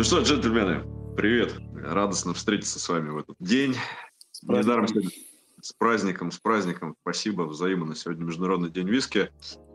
Ну что, джентльмены, привет. Радостно встретиться с вами в этот день. Недаром сегодня с праздником. Спасибо взаимно. Сегодня Международный день виски.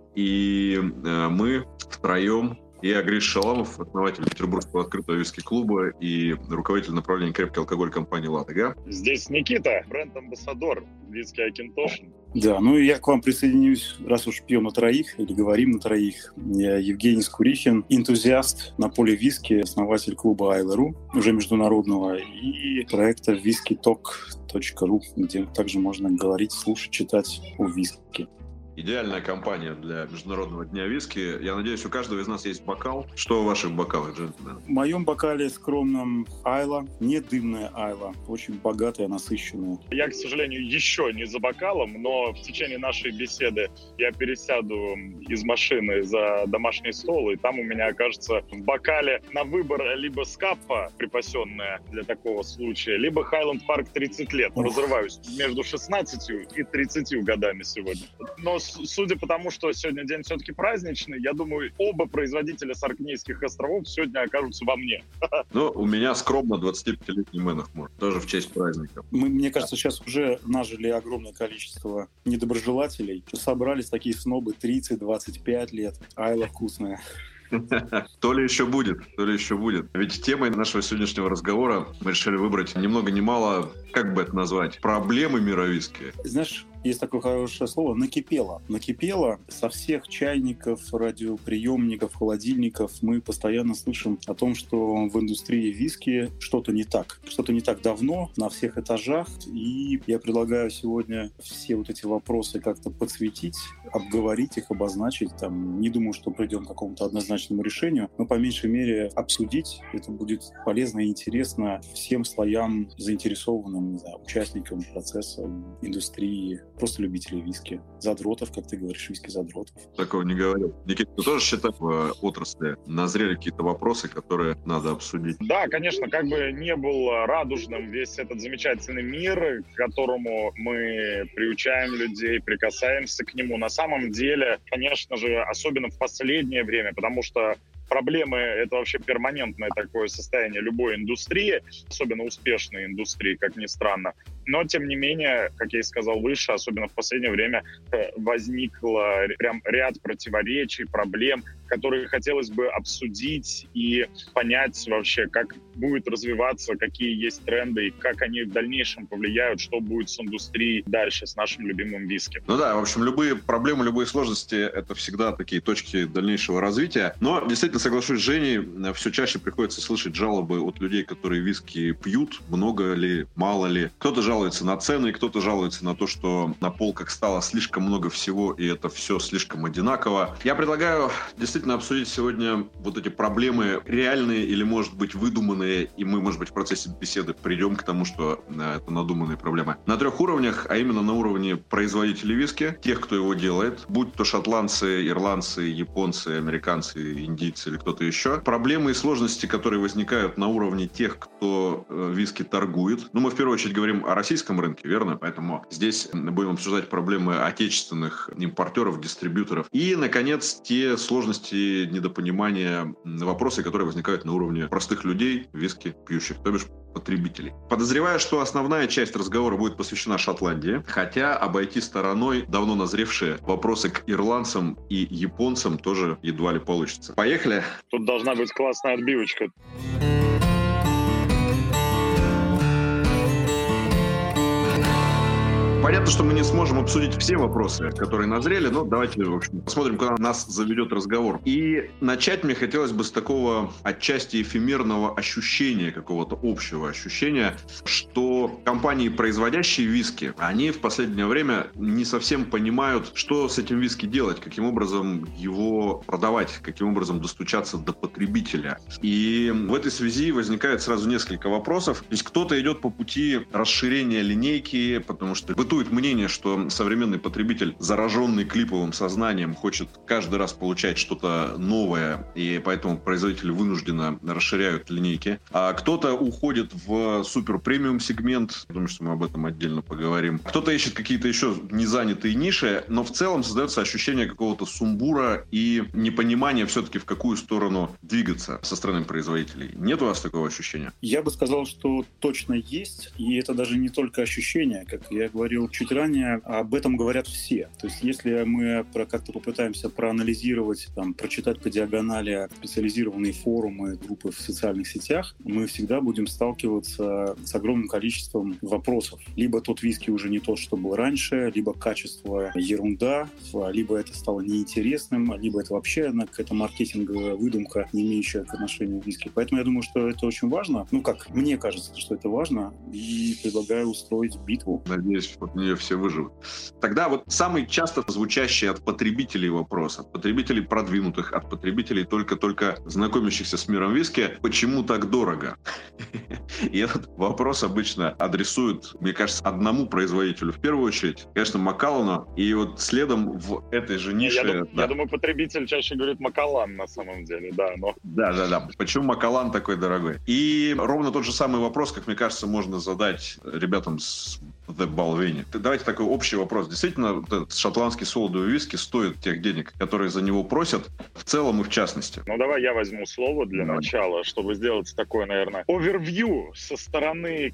И мы втроем. Я Гриш Шаламов, основатель Петербургского открытого виски-клуба и руководитель направления крепкий алкоголь компании «Ладога». Здесь Никита, бренд-амбассадор виски Акинтош. Да, ну и я к вам присоединюсь, раз уж пьем на троих или говорим на троих. Я Евгений Скурихин, энтузиаст на поле виски, основатель клуба Айла.ру, уже международного, и проекта whiskytalk.ru, где также можно говорить, слушать, читать о виски. Идеальная компания для Международного дня виски. Я надеюсь, у каждого из нас есть бокал. Что в ваших бокалах, джентльмены? В моем бокале скромном Айла, не дымная Айла, очень богатая, насыщенная. Я, к сожалению, еще не за бокалом, но в течение нашей беседы я пересяду из машины за домашний стол, и там у меня окажется в бокале на выбор либо Скаппа, припасенная для такого случая, либо Хайленд Парк 30 лет. Разрываюсь между 16 и 30 годами сегодня. Но судя по тому, что сегодня день все-таки праздничный, я думаю, оба производителя с Оркнейских островов сегодня окажутся во мне. Ну, у меня скромно 25-летний Мэнахмор, тоже в честь праздника. Мы, мне кажется, сейчас уже нажили огромное количество недоброжелателей. Собрались такие снобы 30-25 лет. Айла вкусная. То ли еще будет. Ведь темой нашего сегодняшнего разговора мы решили выбрать ни много ни мало, как бы это назвать, проблемы мира виски. Знаешь, есть такое хорошее слово «накипело». Накипело со всех чайников, радиоприемников, холодильников. Мы постоянно слышим о том, что в индустрии виски что-то не так. Что-то не так давно, на всех этажах. И я предлагаю сегодня все вот эти вопросы как-то подсветить, обговорить их, обозначить. Не думаю, что придем к какому-то однозначному решению, но по меньшей мере обсудить. Это будет полезно и интересно всем слоям заинтересованным, не знаю, участникам процесса, индустрии, просто любителей виски. Задротов, как ты говоришь, виски-задротов. Такого не говорил. Никита, ты тоже считаешь, в отрасли назрели какие-то вопросы, которые надо обсудить? Да, конечно, как бы не был радужным весь этот замечательный мир, к которому мы приучаем людей, прикасаемся к нему. На самом деле, конечно же, особенно в последнее время, потому что проблемы — это вообще перманентное такое состояние любой индустрии, особенно успешной индустрии, как ни странно. Но, тем не менее, как я и сказал выше, особенно в последнее время возникло прям ряд противоречий, проблем, которые хотелось бы обсудить и понять вообще, как будет развиваться, какие есть тренды и как они в дальнейшем повлияют, что будет с индустрией дальше, с нашим любимым виски. Ну да, в общем, любые проблемы, любые сложности — это всегда такие точки дальнейшего развития. Но, действительно, соглашусь с Женей, все чаще приходится слышать жалобы от людей, которые виски пьют, много ли, мало ли. Кто-то жалуется на цены, кто-то жалуется на то, что на полках стало слишком много всего, и это все слишком одинаково. Я предлагаю действительно обсудить сегодня вот эти проблемы, реальные или, может быть, выдуманные, и мы, может быть, в процессе беседы придем к тому, что это надуманные проблемы. На 3 уровнях, а именно на уровне производителей виски, тех, кто его делает, будь то шотландцы, ирландцы, японцы, американцы, индийцы или кто-то еще. Проблемы и сложности, которые возникают на уровне тех, кто виски торгует. Ну, мы в первую очередь говорим о российском рынке, верно? Поэтому здесь будем обсуждать проблемы отечественных импортеров, дистрибьюторов. И, наконец, те сложности, недопонимания, вопросы, которые возникают на уровне простых людей, виски пьющих, то бишь потребителей. Подозреваю, что основная часть разговора будет посвящена Шотландии, хотя обойти стороной давно назревшие вопросы к ирландцам и японцам тоже едва ли получится. Поехали! Тут должна быть классная отбивочка. Понятно, что мы не сможем обсудить все вопросы, которые назрели, но давайте, в общем, посмотрим, куда нас заведет разговор. И начать мне хотелось бы с такого отчасти эфемерного ощущения, какого-то общего ощущения, что компании, производящие виски, они в последнее время не совсем понимают, что с этим виски делать, каким образом его продавать, каким образом достучаться до потребителя. И в этой связи возникает сразу несколько вопросов. То есть кто-то идет по пути расширения линейки, потому что бытует Существует мнение, что современный потребитель, зараженный клиповым сознанием, хочет каждый раз получать что-то новое, и поэтому производители вынужденно расширяют линейки. А кто-то уходит в супер-премиум сегмент, думаю, что мы об этом отдельно поговорим. Кто-то ищет какие-то еще незанятые ниши, но в целом создается ощущение какого-то сумбура и непонимания все-таки, в какую сторону двигаться со стороны производителей. Нет у вас такого ощущения? Я бы сказал, что точно есть, и это даже не только ощущение. Как я говорил чуть ранее, об этом говорят все. То есть если мы как-то попытаемся проанализировать, прочитать по диагонали специализированные форумы, группы в социальных сетях, мы всегда будем сталкиваться с огромным количеством вопросов. Либо тот виски уже не тот, что был раньше, либо качество ерунда, либо это стало неинтересным, либо это вообще какая-то маркетинговая выдумка, не имеющая к отношению к виски. Поэтому я думаю, что это очень важно. Как мне кажется, что это важно, и предлагаю устроить битву. Надеюсь, от нее все выживут. Тогда вот самый часто звучащий от потребителей вопрос, от потребителей продвинутых, от потребителей только-только знакомящихся с миром виски, почему так дорого? И этот вопрос обычно адресуют, мне кажется, одному производителю в первую очередь, конечно, Макаллану, и вот следом в этой же нише... Я думаю, потребитель чаще говорит Макаллан на самом деле, да. Но... Да. Почему Макаллан такой дорогой? И ровно тот же самый вопрос, как мне кажется, можно задать ребятам с The Balvenie. Давайте такой общий вопрос. Действительно, этот шотландский солодовый виски стоит тех денег, которые за него просят, в целом и в частности? Давай я возьму слово для начала, чтобы сделать такое, наверное, овервью со стороны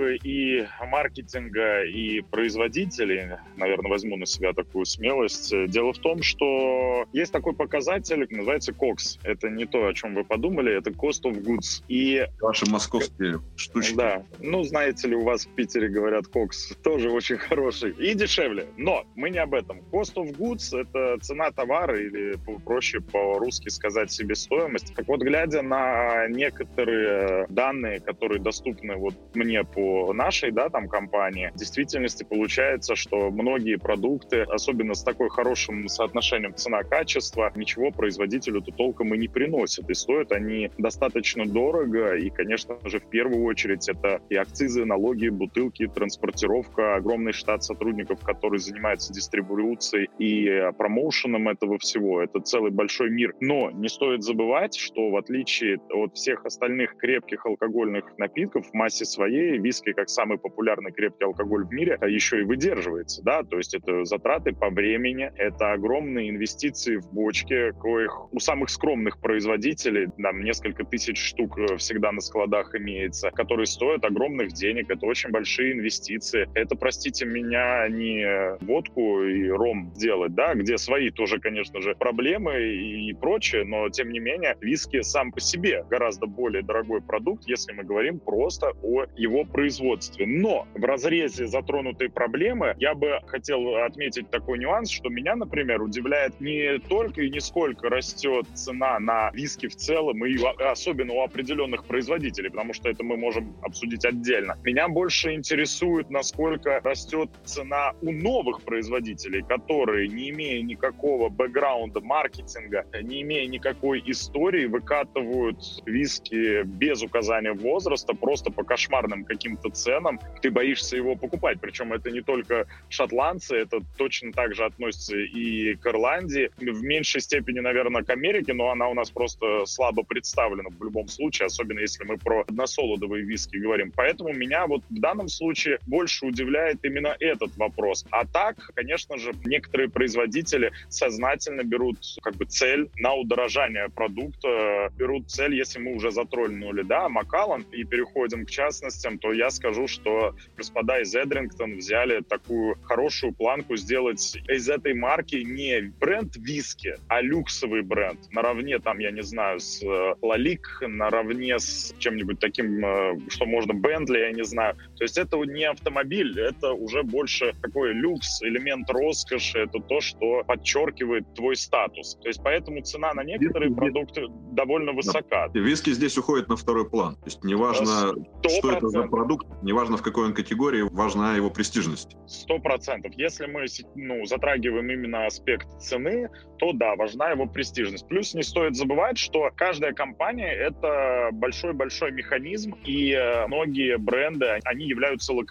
и маркетинга, и производителей. Наверное, возьму на себя такую смелость. Дело в том, что есть такой показатель, называется COGS. Это не то, о чем вы подумали, это Cost of Goods. И... Ваши московские штучки. Да. Знаете ли, у вас в Питере говорят COGS тоже очень хороший и дешевле. Но мы не об этом. Cost of Goods — это цена товара, или проще по-русски сказать себестоимость. Так вот, глядя на некоторые данные, которые доступны мне по нашей, компании, в действительности получается, что многие продукты, особенно с такой хорошим соотношением цена-качество, ничего производителю-то толком и не приносят. И стоят они достаточно дорого. И, конечно же, в первую очередь это и акцизы, налоги, бутылки, транспортировка, огромный штат сотрудников, которые занимаются дистрибуцией и промоушеном этого всего. Это целый большой мир. Но не стоит забывать, что в отличие от всех остальных крепких алкогольных напитков, в массе своей виски, как самый популярный крепкий алкоголь в мире, еще и выдерживается. То есть это затраты по времени, это огромные инвестиции в бочки, коих у самых скромных производителей, несколько тысяч штук всегда на складах имеется, которые стоят огромных денег. Это очень большие инвестиции. Это, простите меня, не водку и ром делать, где свои тоже, конечно же, проблемы и прочее, но, тем не менее, виски сам по себе гораздо более дорогой продукт, если мы говорим просто о его производстве. Но в разрезе затронутой проблемы я бы хотел отметить такой нюанс, что меня, например, удивляет не только и не сколько растет цена на виски в целом, и особенно у определенных производителей, потому что это мы можем обсудить отдельно. Меня больше интересует, насколько растет цена у новых производителей, которые, не имея никакого бэкграунда маркетинга, не имея никакой истории, выкатывают виски без указания возраста, просто по кошмарным каким-то ценам. Ты боишься его покупать. Причем это не только шотландцы, это точно так же относится и к Ирландии. В меньшей степени, наверное, к Америке, но она у нас просто слабо представлена в любом случае, особенно если мы про односолодовые виски говорим. Поэтому меня в данном случае больше удивляет именно этот вопрос. А так, конечно же, некоторые производители сознательно берут цель на удорожание продукта, берут цель, если мы уже затронули, Макаллан, и переходим к частностям, то я скажу, что господа из Эдрингтон взяли такую хорошую планку сделать из этой марки не бренд виски, а люксовый бренд. Наравне, я не знаю, с Лалик, наравне с чем-нибудь таким, что можно Бентли, я не знаю. То есть это не автомобиль, это уже больше такой люкс, элемент роскоши, это то, что подчеркивает твой статус. То есть поэтому цена на некоторые продукты довольно высока. Виски здесь уходит на второй план. То есть неважно, 100%. Что это за продукт, неважно в какой он категории, важна его престижность. 100%. Если мы затрагиваем именно аспект цены, то важна его престижность. Плюс не стоит забывать, что каждая компания — это большой-большой механизм, и многие бренды, они являются локомотивами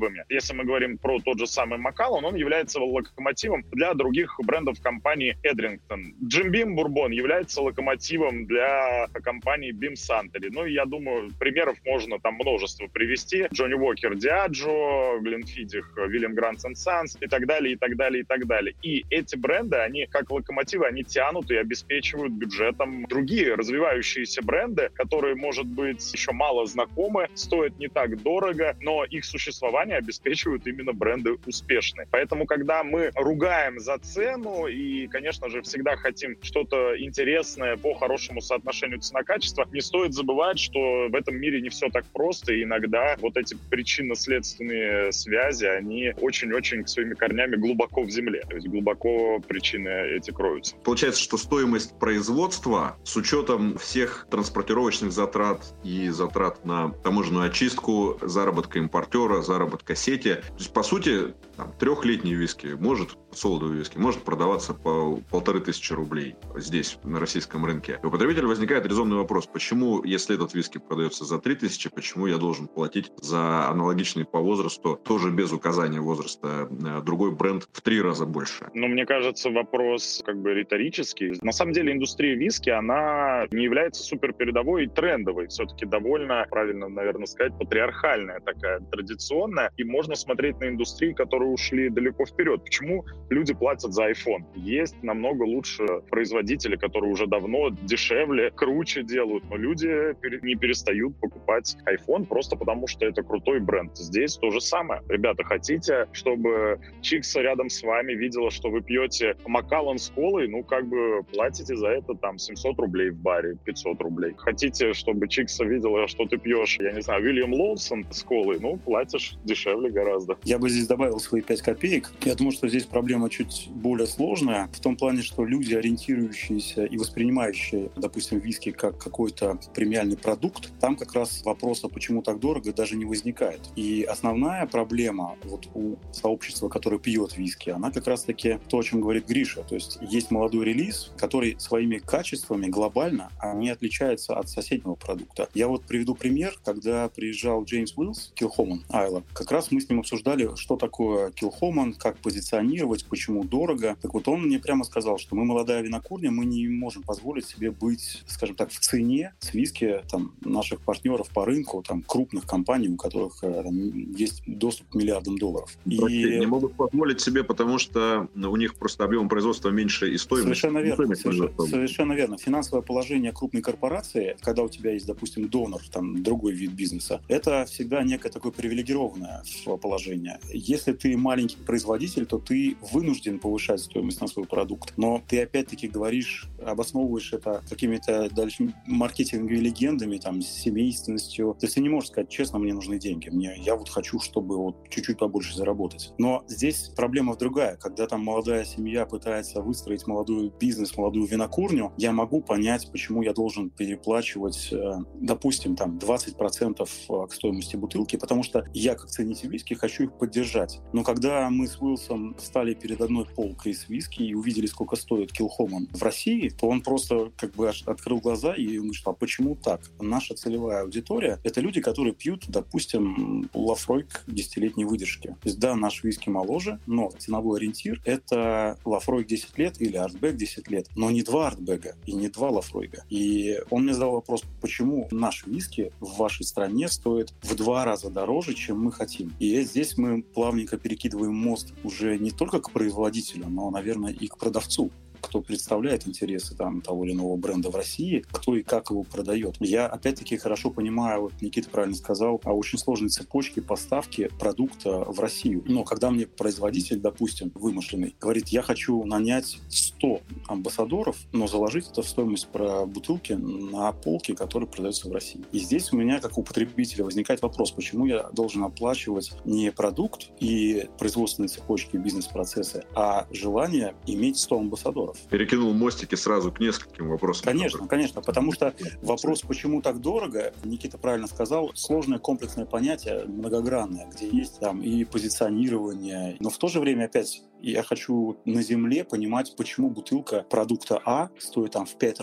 локомотивами. Если мы говорим про тот же самый Macallan, он является локомотивом для других брендов компании Эдрингтон. Jim Beam Bourbon является локомотивом для компании Beam Suntory. Ну, я думаю, примеров можно там множество привести. Джонни Уокер Диаджо, Гленфидих, William Grant & Sons и так далее, и так далее, и так далее. И эти бренды, они как локомотивы, они тянут и обеспечивают бюджетом другие развивающиеся бренды, которые, может быть, еще мало знакомы, стоят не так дорого, но их существование обеспечивают именно бренды успешные. Поэтому, когда мы ругаем за цену и, конечно же, всегда хотим что-то интересное по хорошему соотношению цена-качество, не стоит забывать, что в этом мире не все так просто, и иногда вот эти причинно-следственные связи, они очень-очень своими корнями глубоко в земле. То есть глубоко причины эти кроются. Получается, что стоимость производства с учетом всех транспортировочных затрат и затрат на таможенную очистку, заработка импортера, заработка сети, то есть, по сути, трехлетний виски солодовый виски может продаваться по 1500 рублей здесь, на российском рынке. И у потребителя возникает резонный вопрос, почему, если этот виски продается за 3000, почему я должен платить за аналогичный по возрасту, тоже без указания возраста, другой бренд в 3 раза больше? Ну, мне кажется, вопрос как бы риторический. На самом деле индустрия виски, она не является суперпередовой и трендовой. Все-таки довольно, правильно, наверное, сказать, патриархальная такая, традиционная. И можно смотреть на индустрии, которые ушли далеко вперед. Почему люди платят за iPhone? Есть намного лучше производители, которые уже давно дешевле, круче делают. Но люди не перестают покупать iPhone просто потому, что это крутой бренд. Здесь то же самое. Ребята, хотите, чтобы Чикса рядом с вами видела, что вы пьете Macallan с колой, ну, как бы платите за это там 700 рублей в баре, 500 рублей. Хотите, чтобы Чикса видела, что ты пьешь, я не знаю, Уильям Лоусон с колой, ну, платишь дешевле гораздо. Я бы здесь добавил свои 5 копеек. Я думаю, что здесь проблема чуть более сложная, в том плане, что люди, ориентирующиеся и воспринимающие, допустим, виски как какой-то премиальный продукт, там как раз вопроса, почему так дорого, даже не возникает. И основная проблема вот у сообщества, которое пьет виски, она как раз-таки то, о чем говорит Гриша. То есть есть молодой релиз, который своими качествами глобально не отличается от соседнего продукта. Я вот приведу пример, когда приезжал Джеймс Уиллс, Kilchoman Isle, как раз мы с ним обсуждали, что такое Kilchoman, как позиционировать, почему дорого. Так вот он мне прямо сказал, что мы молодая винокурня, мы не можем позволить себе быть, скажем так, в цене с виски там, наших партнеров по рынку, там, крупных компаний, у которых есть доступ к миллиардам долларов. И не могут позволить себе, потому что у них просто объем производства меньше и стоимость. Совершенно верно. Финансовое положение крупной корпорации, когда у тебя есть, допустим, донор, там, другой вид бизнеса, это всегда некое такое привилегированное положение. Если ты маленький производитель, то ты вынужден повышать стоимость на свой продукт. Но ты опять-таки говоришь, обосновываешь это какими-то дальше маркетинговыми легендами, там, с семейственностью. То есть ты не можешь сказать, честно, мне нужны деньги. Я вот хочу, чтобы вот чуть-чуть побольше заработать. Но здесь проблема другая. Когда там молодая семья пытается выстроить молодой бизнес, молодую винокурню, я могу понять, почему я должен переплачивать, допустим, там 20% к стоимости бутылки, потому что я, как ценитель виски, хочу их поддержать. Но когда мы с Уиллсом встали перед одной полкой с виски и увидели, сколько стоит Kilchoman в России, то он просто как бы открыл глаза и говорит, а почему так? Наша целевая аудитория — это люди, которые пьют, допустим, Laphroaig 10-летней выдержки. То есть, да, наш виски моложе, но ценовой ориентир — это Laphroaig 10 лет или Ardbeg 10 лет, но не 2 Ardbeg и не 2 Laphroaig. И он мне задал вопрос, почему наш виски в вашей стране стоит в 2 раза дороже, чем мы хотим. И здесь мы плавненько перекидываем мост уже не только к производителю, но, наверное, и к продавцу, кто представляет интересы там, того или иного бренда в России, кто и как его продает. Я, опять-таки, хорошо понимаю, вот Никита правильно сказал, о очень сложной цепочке поставки продукта в Россию. Но когда мне производитель, допустим, вымышленный, говорит, я хочу нанять 100 амбассадоров, но заложить это в стоимость бутылки на полке, которые продаются в России. И здесь у меня, как у потребителя, возникает вопрос, почему я должен оплачивать не продукт и производственные цепочки, бизнес-процессы, а желание иметь 100 амбассадоров. Перекинул мостики сразу к нескольким вопросам. Конечно, потому что вопрос, почему так дорого, Никита правильно сказал, сложное комплексное понятие, многогранное, где есть там и позиционирование, но в то же время опять я хочу на земле понимать, почему бутылка продукта А стоит там в 5 раз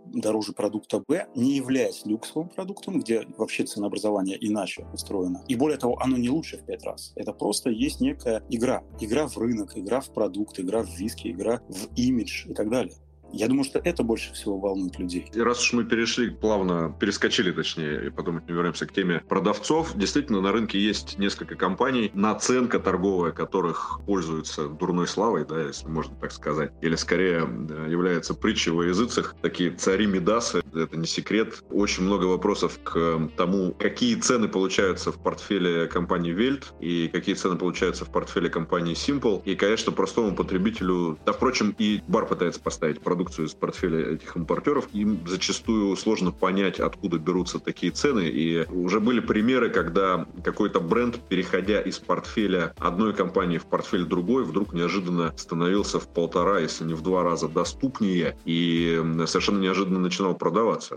дороже продукта Б, не являясь люксовым продуктом, где вообще ценообразование иначе устроено. И более того, оно не лучше в 5 раз. Это просто есть некая игра. Игра в рынок, игра в продукт, игра в виски, игра в имидж и так далее. Я думаю, что это больше всего волнует людей. И раз уж мы перескочили, и потом вернемся к теме продавцов, действительно, на рынке есть несколько компаний, наценка торговая которых пользуется дурной славой, да, если можно так сказать, или скорее является притчей во языцах, такие цари Мидаса, это не секрет. Очень много вопросов к тому, какие цены получаются в портфеле компании Welt и какие цены получаются в портфеле компании Simple. И, конечно, простому потребителю, да, впрочем, и бар пытается поставить продукцию из портфеля этих импортеров, им зачастую сложно понять, откуда берутся такие цены. И уже были примеры, когда какой-то бренд, переходя из портфеля одной компании в портфель другой, вдруг неожиданно становился в 1,5, если не в 2 раза доступнее и совершенно неожиданно начинал продаваться.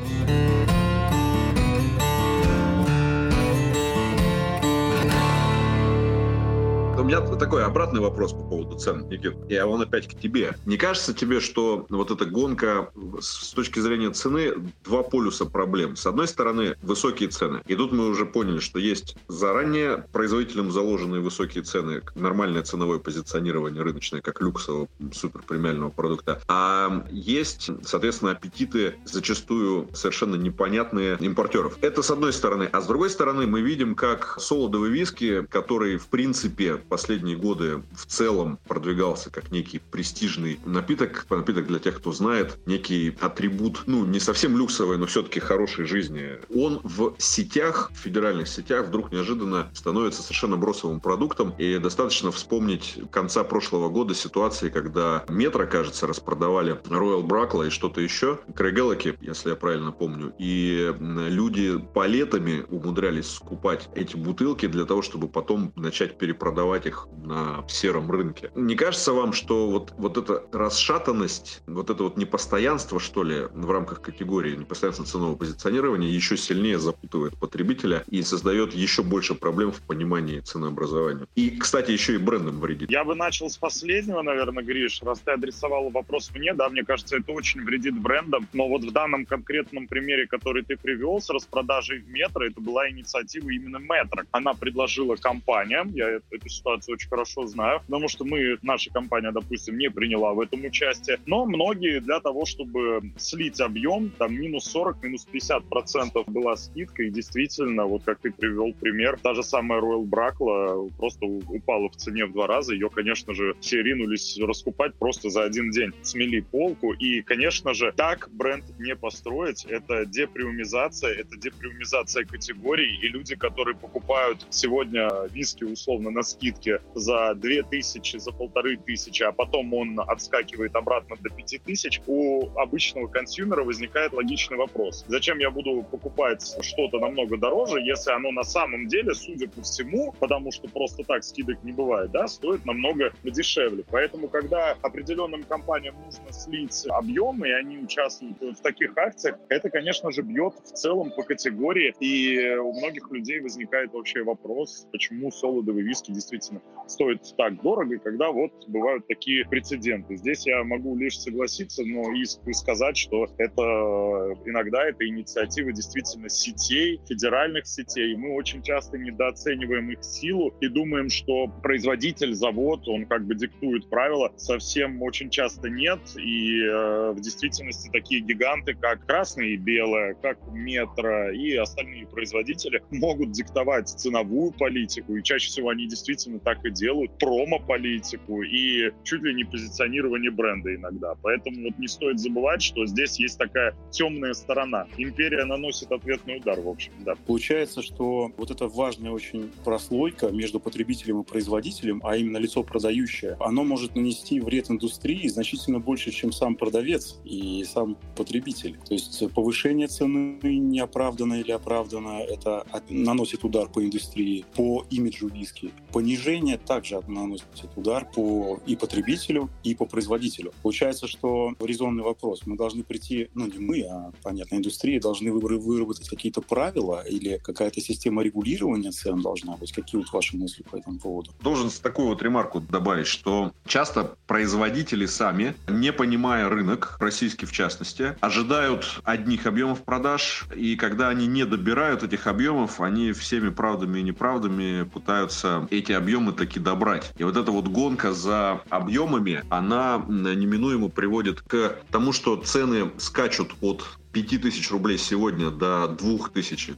У меня такой обратный вопрос по поводу цен, Никит, и он опять к тебе. Не кажется тебе, что вот эта гонка с точки зрения цены, 2 полюса проблем? С одной стороны, высокие цены. И тут мы уже поняли, что есть заранее производителям заложенные высокие цены, нормальное ценовое позиционирование рыночное, как люксового суперпремиального продукта. А есть, соответственно, аппетиты зачастую совершенно непонятные импортеров. Это с одной стороны. А с другой стороны, мы видим, как солодовый виски, который, в принципе, последние годы в целом продвигался как некий престижный напиток для тех, кто знает, некий атрибут, не совсем люксовый, но все-таки хорошей жизни. Он в сетях, в федеральных сетях вдруг неожиданно становится совершенно бросовым продуктом. И достаточно вспомнить конца прошлого года ситуации, когда Метро, кажется, распродавали Royal Bracla и что-то еще, Крейгеллоки, если я правильно помню. И люди палетами умудрялись скупать эти бутылки для того, чтобы потом начать перепродавать их на сером рынке. Не кажется вам, что вот эта расшатанность, вот это вот непостоянство, что ли, в рамках категории, непостоянство ценового позиционирования еще сильнее запутывает потребителя и создает еще больше проблем в понимании ценообразования? И, кстати, еще и брендам вредит. Я бы начал с последнего, наверное, Гриш, раз ты адресовал вопрос мне, да, мне кажется, это очень вредит брендам, но вот в данном конкретном примере, который ты привел с распродажей в Метро, это была инициатива именно Метро. Она предложила компаниям, я эту ситуацию очень хорошо знаю, потому что наша компания, допустим, не приняла в этом участие, но многие для того, чтобы слить объем, там минус 40, минус 50% была скидка, и действительно, вот как ты привел пример, та же самая Royal Bracla просто упала в цене в 2 раза, ее, конечно же, все ринулись раскупать просто за один день, смели полку, и, конечно же, так бренд не построить, это депремиумизация категорий, и люди, которые покупают сегодня виски условно на скидке за 2000, за 1500, а потом он отскакивает обратно до 5000, у обычного консюмера возникает логичный вопрос. Зачем я буду покупать что-то намного дороже, если оно на самом деле, судя по всему, потому что просто так скидок не бывает, да, стоит намного дешевле. Поэтому, когда определенным компаниям нужно слить объемы, и они участвуют в таких акциях, это, конечно же, бьет в целом по категории, и у многих людей возникает вообще вопрос, почему солодовый виски действительно стоит так дорого, когда вот бывают такие прецеденты. Здесь я могу лишь согласиться, но и сказать, что иногда это инициатива действительно сетей, федеральных сетей. Мы очень часто недооцениваем их силу и думаем, что производитель, завод, он как бы диктует правила. Совсем очень часто нет. И в действительности такие гиганты, как Красное и Белое, как Метро и остальные производители могут диктовать ценовую политику. И чаще всего они действительно так и делают, промо-политику и чуть ли не позиционирование бренда иногда. Поэтому вот не стоит забывать, что здесь есть такая темная сторона. Империя наносит ответный удар, в общем, да. Получается, что вот эта важная очень прослойка между потребителем и производителем, а именно лицо продающее, оно может нанести вред индустрии значительно больше, чем сам продавец и сам потребитель. То есть повышение цены неоправданно или оправданно, это наносит удар по индустрии, по имиджу виски. Понижение также наносит удар по и потребителю, и по производителю. Получается, что резонный вопрос. Мы должны прийти, не мы, а, понятно, индустрия, должны выработать какие-то правила или какая-то система регулирования цен должна быть. Какие вот ваши мысли по этому поводу? Должен такую вот ремарку добавить, что часто производители сами, не понимая рынок, российский в частности, ожидают одних объемов продаж, и когда они не добирают этих объемов, они всеми правдами и неправдами пытаются эти объемы таки добрать. И вот эта вот гонка за объемами, она неминуемо приводит к тому, что цены скачут от 5000 рублей сегодня до 2000,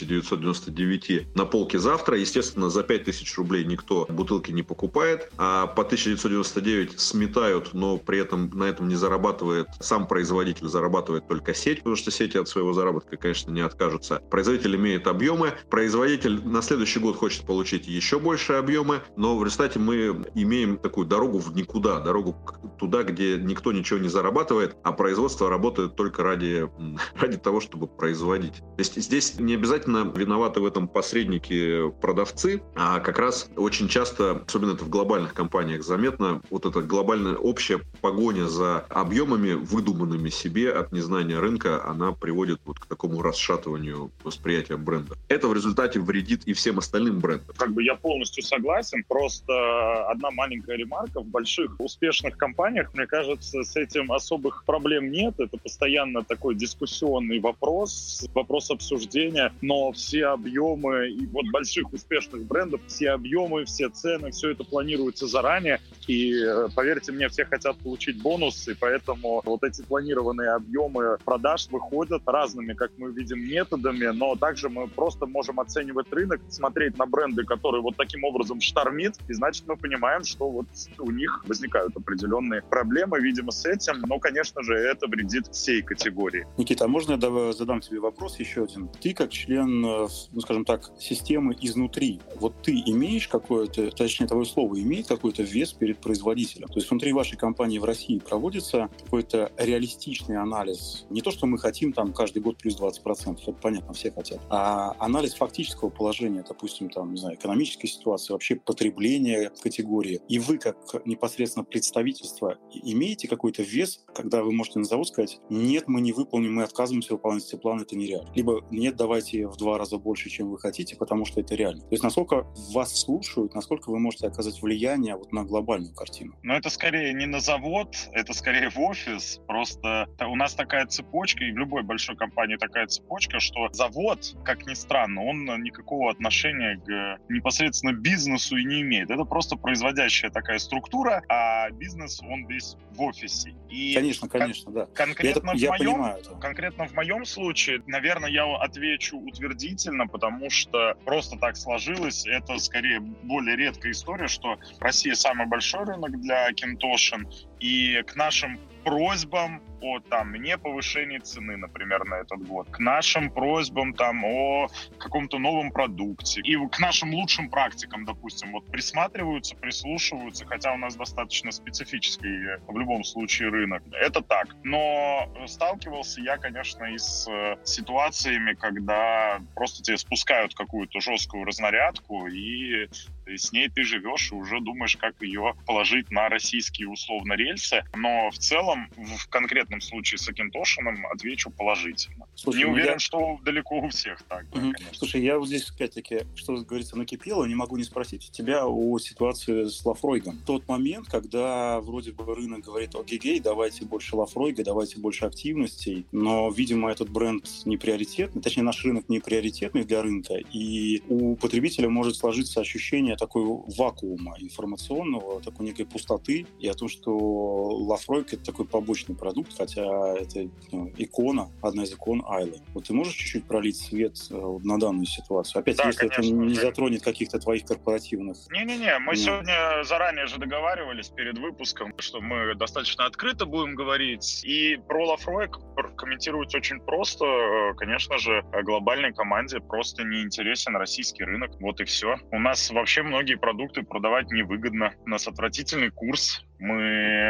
1999 на полке завтра. Естественно, за 5000 рублей никто бутылки не покупает, а по 1999 сметают, но при этом на этом не зарабатывает сам производитель, зарабатывает только сеть, потому что сети от своего заработка, конечно, не откажутся. Производитель имеет объемы, производитель на следующий год хочет получить еще больше объемы, но в результате мы имеем такую дорогу в никуда, дорогу туда, где никто ничего не зарабатывает, а производство работает только ради того, чтобы производить. То есть здесь не обязательно виноваты в этом посредники-продавцы, а как раз очень часто, особенно это в глобальных компаниях заметно, вот эта глобальная общая погоня за объемами, выдуманными себе от незнания рынка, она приводит вот к такому расшатыванию восприятия бренда. Это в результате вредит и всем остальным брендам. Я полностью согласен, просто одна маленькая ремарка. В больших успешных компаниях, мне кажется, с этим особых проблем нет. Это постоянно такой дискуссионный вопрос обсуждения, но все объемы и вот больших успешных брендов, все объемы, все цены, все это планируется заранее, и поверьте мне, все хотят получить бонус, и поэтому вот эти планированные объемы продаж выходят разными, как мы видим, методами, но также мы просто можем оценивать рынок, смотреть на бренды, которые вот таким образом штормит, и значит мы понимаем, что вот у них возникают определенные проблемы, видимо, с этим, но, конечно же, это вредит всей категории. Никита, а можно я задам тебе вопрос еще один? Ты как член, скажем так, системы изнутри, вот ты имеешь какое-то, точнее, твое слово имеет какой-то вес перед производителем? То есть внутри вашей компании в России проводится какой-то реалистичный анализ? Не то, что мы хотим там каждый год плюс 20%, это понятно, все хотят, а анализ фактического положения, допустим, там, не знаю, экономической ситуации, вообще потребления категории. И вы, как непосредственно представительство, имеете какой-то вес, когда вы можете на завод сказать: нет, мы не выполним, мы отказываемся выполнять эти планы, это нереально. Либо нет, давайте в 2 раза больше, чем вы хотите, потому что это реально. То есть насколько вас слушают, насколько вы можете оказать влияние вот на глобальную картину? Но это скорее не на завод, это скорее в офис. Просто у нас такая цепочка, и в любой большой компании такая цепочка, что завод, как ни странно, он никакого отношения к непосредственно бизнесу и не имеет. Это просто производящая такая структура, а бизнес, он весь в офисе. И конечно, да. Конкретно в моем случае, наверное, я отвечу утвердительно, потому что просто так сложилось. Это скорее более редкая история, что Россия самый большой рынок для Кинтошин, и к нашим просьбам о не повышении цены, например, на этот год, к нашим просьбам о каком-то новом продукте и к нашим лучшим практикам, допустим, присматриваются, прислушиваются, хотя у нас достаточно специфический в любом случае рынок. Это так. Но сталкивался я, конечно, и с ситуациями, когда просто тебе спускают какую-то жесткую разнарядку, и с ней ты живешь и уже думаешь, как ее положить на российские условно рельсы. Но в целом, в конкретном случае с Акинтошиным отвечу положительно. Слушай, не уверен, что далеко у всех так. Да, слушай, я вот здесь, опять-таки, что говорится, накипело, не могу не спросить у тебя о ситуации с Лафройгом. Тот момент, когда вроде бы рынок говорит: окей, давайте больше Лафройга, давайте больше активностей, но, видимо, этот бренд не приоритетный, точнее, наш рынок не приоритетный для рынка, и у потребителя может сложиться ощущение такой вакуума информационного, такой некой пустоты, и о том, что Лафройг — это такой побочный продукт, хотя это икона, одна из икон Айлы. Вот ты можешь чуть-чуть пролить свет на данную ситуацию? Опять, да, если конечно, это не затронет каких-то твоих корпоративных... Не-не-не, мы сегодня заранее же договаривались перед выпуском, что мы достаточно открыто будем говорить, и про Лафройг комментировать очень просто. Конечно же, глобальной команде просто не интересен российский рынок, вот и все. У нас вообще многие продукты продавать невыгодно, у нас отвратительный курс, мы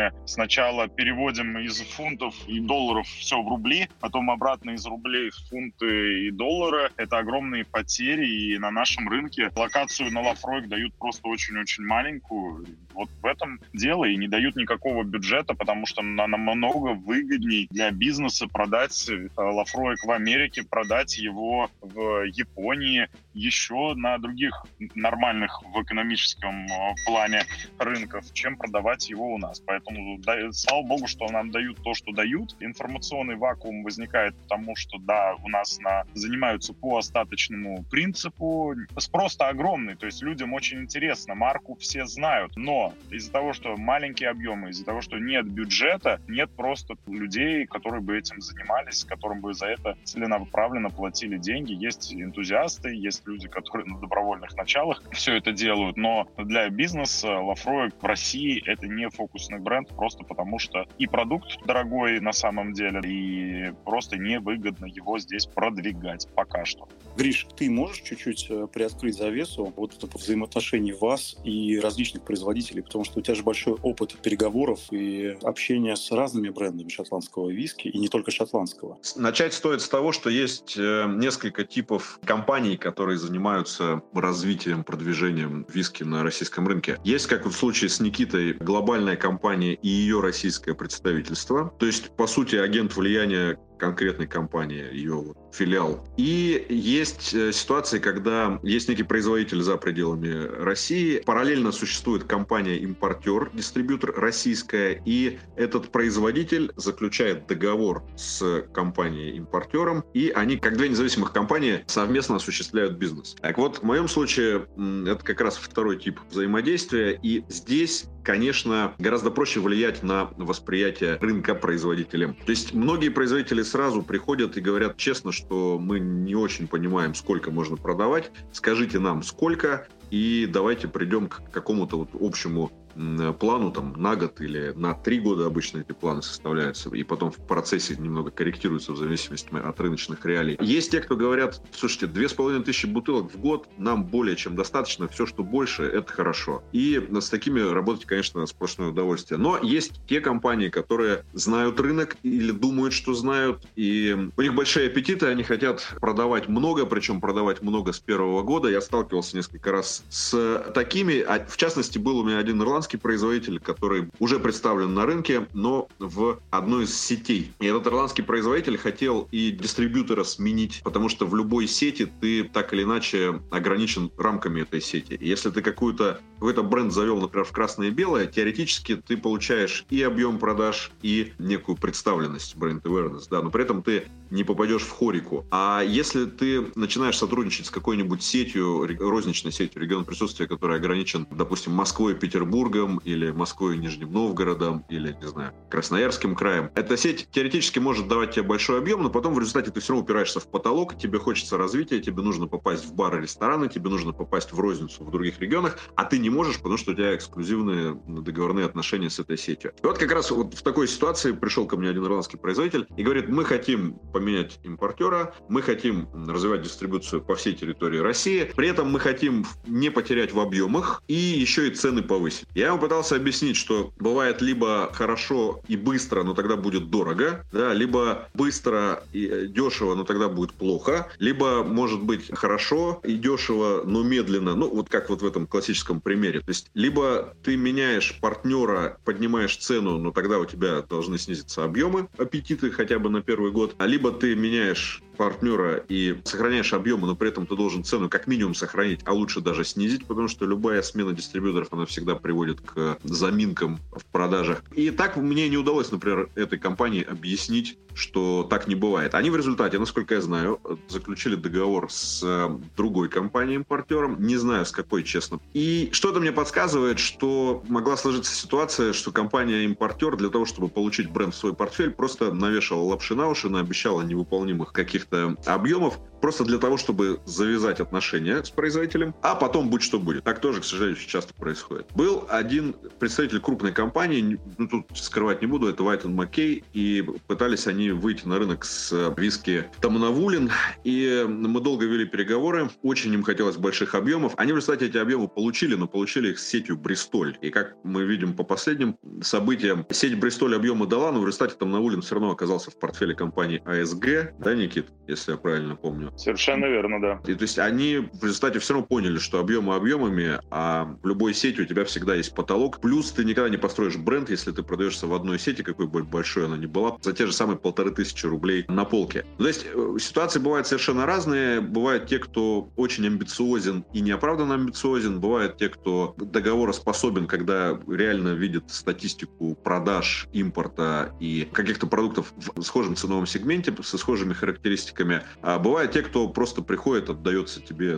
мы сначала переводим из фунтов и долларов все в рубли, потом обратно из рублей в фунты и доллары. Это огромные потери, и на нашем рынке локацию на Laфройк дают просто очень-очень маленькую. Вот в этом дело, и не дают никакого бюджета, потому что намного выгодней для бизнеса продать Laфройк в Америке, продать его в Японии, еще на других нормальных в экономическом плане рынков, чем продавать его у нас. Поэтому, слава богу, что нам дают то, что дают. Информационный вакуум возникает потому, что, да, у нас занимаются по остаточному принципу. Спрос-то огромный, то есть людям очень интересно, марку все знают, но из-за того, что маленькие объемы, из-за того, что нет бюджета, нет просто людей, которые бы этим занимались, которым бы за это целенаправленно платили деньги. Есть энтузиасты, есть люди, которые на добровольных началах все это делают, но для бизнеса Laфройк в России это не фокусный бренд, просто потому что и продукт дорогой на самом деле, и просто невыгодно его здесь продвигать пока что. Гриш, ты можешь чуть-чуть приоткрыть завесу вот этого взаимоотношений вас и различных производителей, потому что у тебя же большой опыт переговоров и общения с разными брендами шотландского виски, и не только шотландского. Начать стоит с того, что есть несколько типов компаний, которые занимаются развитием, продвижением виски на российском рынке. Есть, как в случае с Никитой, глобальная компания и ее российское представительство. То есть, по сути, агент влияния конкретной компании, ее филиал. И есть ситуации, когда есть некий производитель за пределами России, параллельно существует компания-импортер, дистрибьютор российская, и этот производитель заключает договор с компанией-импортером, и они, как две независимых компании, совместно осуществляют бизнес. Так вот, в моем случае, это как раз второй тип взаимодействия, и здесь, конечно, гораздо проще влиять на восприятие рынка производителям. То есть многие производители сразу приходят и говорят честно, что мы не очень понимаем, сколько можно продавать, скажите нам сколько, и давайте придем к какому-то вот общему плану там, на год или на 3 года обычно эти планы составляются, и потом в процессе немного корректируются в зависимости от рыночных реалий. Есть те, кто говорят, слушайте, 2500 бутылок в год нам более чем достаточно, все, что больше, это хорошо. И с такими работать, конечно, сплошное удовольствие. Но есть те компании, которые знают рынок или думают, что знают, и у них большие аппетиты, они хотят продавать много, причем продавать много с первого года. Я сталкивался несколько раз с такими, в частности, был у меня один ирландский производитель, который уже представлен на рынке, но в одной из сетей. И этот ирландский производитель хотел и дистрибьютора сменить, потому что в любой сети ты так или иначе ограничен рамками этой сети. И если ты какой-то бренд завел, например, в красное и белое, теоретически ты получаешь и объем продаж, и некую представленность, бренд awareness, да, но при этом ты не попадешь в хорику. А если ты начинаешь сотрудничать с какой-нибудь сетью, розничной сетью, регион присутствия, который ограничен, допустим, Москвой, Петербургом, или Москвой, Нижним Новгородом, или, не знаю, Красноярским краем. Эта сеть теоретически может давать тебе большой объем, но потом в результате ты все равно упираешься в потолок, тебе хочется развития, тебе нужно попасть в бары, рестораны, тебе нужно попасть в розницу в других регионах, а ты не можешь, потому что у тебя эксклюзивные договорные отношения с этой сетью. И вот как раз вот в такой ситуации пришел ко мне один ирландский производитель и говорит, мы хотим поменять импортера, мы хотим развивать дистрибуцию по всей территории России, при этом мы хотим не потерять в объемах и еще и цены повысить. Я ему пытался объяснить, что бывает либо хорошо и быстро, но тогда будет дорого, да, либо быстро и дешево, но тогда будет плохо, либо может быть хорошо и дешево, но медленно, ну вот как вот в этом классическом примере. То есть либо ты меняешь партнера, поднимаешь цену, но тогда у тебя должны снизиться объемы, аппетиты хотя бы на первый год, либо ты меняешь партнера и сохраняешь объемы, но при этом ты должен цену как минимум сохранить, а лучше даже снизить, потому что любая смена дистрибьюторов, она всегда приводит к заминкам в продажах. И так мне не удалось, например, этой компании объяснить, что так не бывает. Они в результате, насколько я знаю, заключили договор с другой компанией-импортером, не знаю с какой, честно. И что-то мне подсказывает, что могла сложиться ситуация, что компания-импортер для того, чтобы получить бренд в свой портфель, просто навешала лапши на уши, наобещала невыполнимых каких-то объемов, просто для того, чтобы завязать отношения с производителем, а потом будь что будет. Так тоже, к сожалению, часто происходит. Был один представитель крупной компании, тут скрывать не буду, это White & McKay, и пытались они выйти на рынок с виски Тамнавулин, и мы долго вели переговоры, очень им хотелось больших объемов. Они в результате эти объемы получили, но получили их с сетью Бристоль. И как мы видим по последним событиям, сеть Бристоль объемы дала, но в результате Тамнавулин все равно оказался в портфеле компании АСГ, да, Никит, если я правильно помню? Совершенно верно, да. И то есть они в результате все равно поняли, что объемы объемами, а в любой сети у тебя всегда есть потолок. Плюс ты никогда не построишь бренд, если ты продаешься в одной сети, какой бы большой она ни была, за те же самые 1500 рублей на полке. То есть ситуации бывают совершенно разные. Бывают те, кто очень амбициозен и неоправданно амбициозен. Бывают те, кто договороспособен, когда реально видит статистику продаж, импорта и каких-то продуктов в схожем ценовом сегменте со схожими характеристиками. А бывают те, кто просто приходит, отдается тебе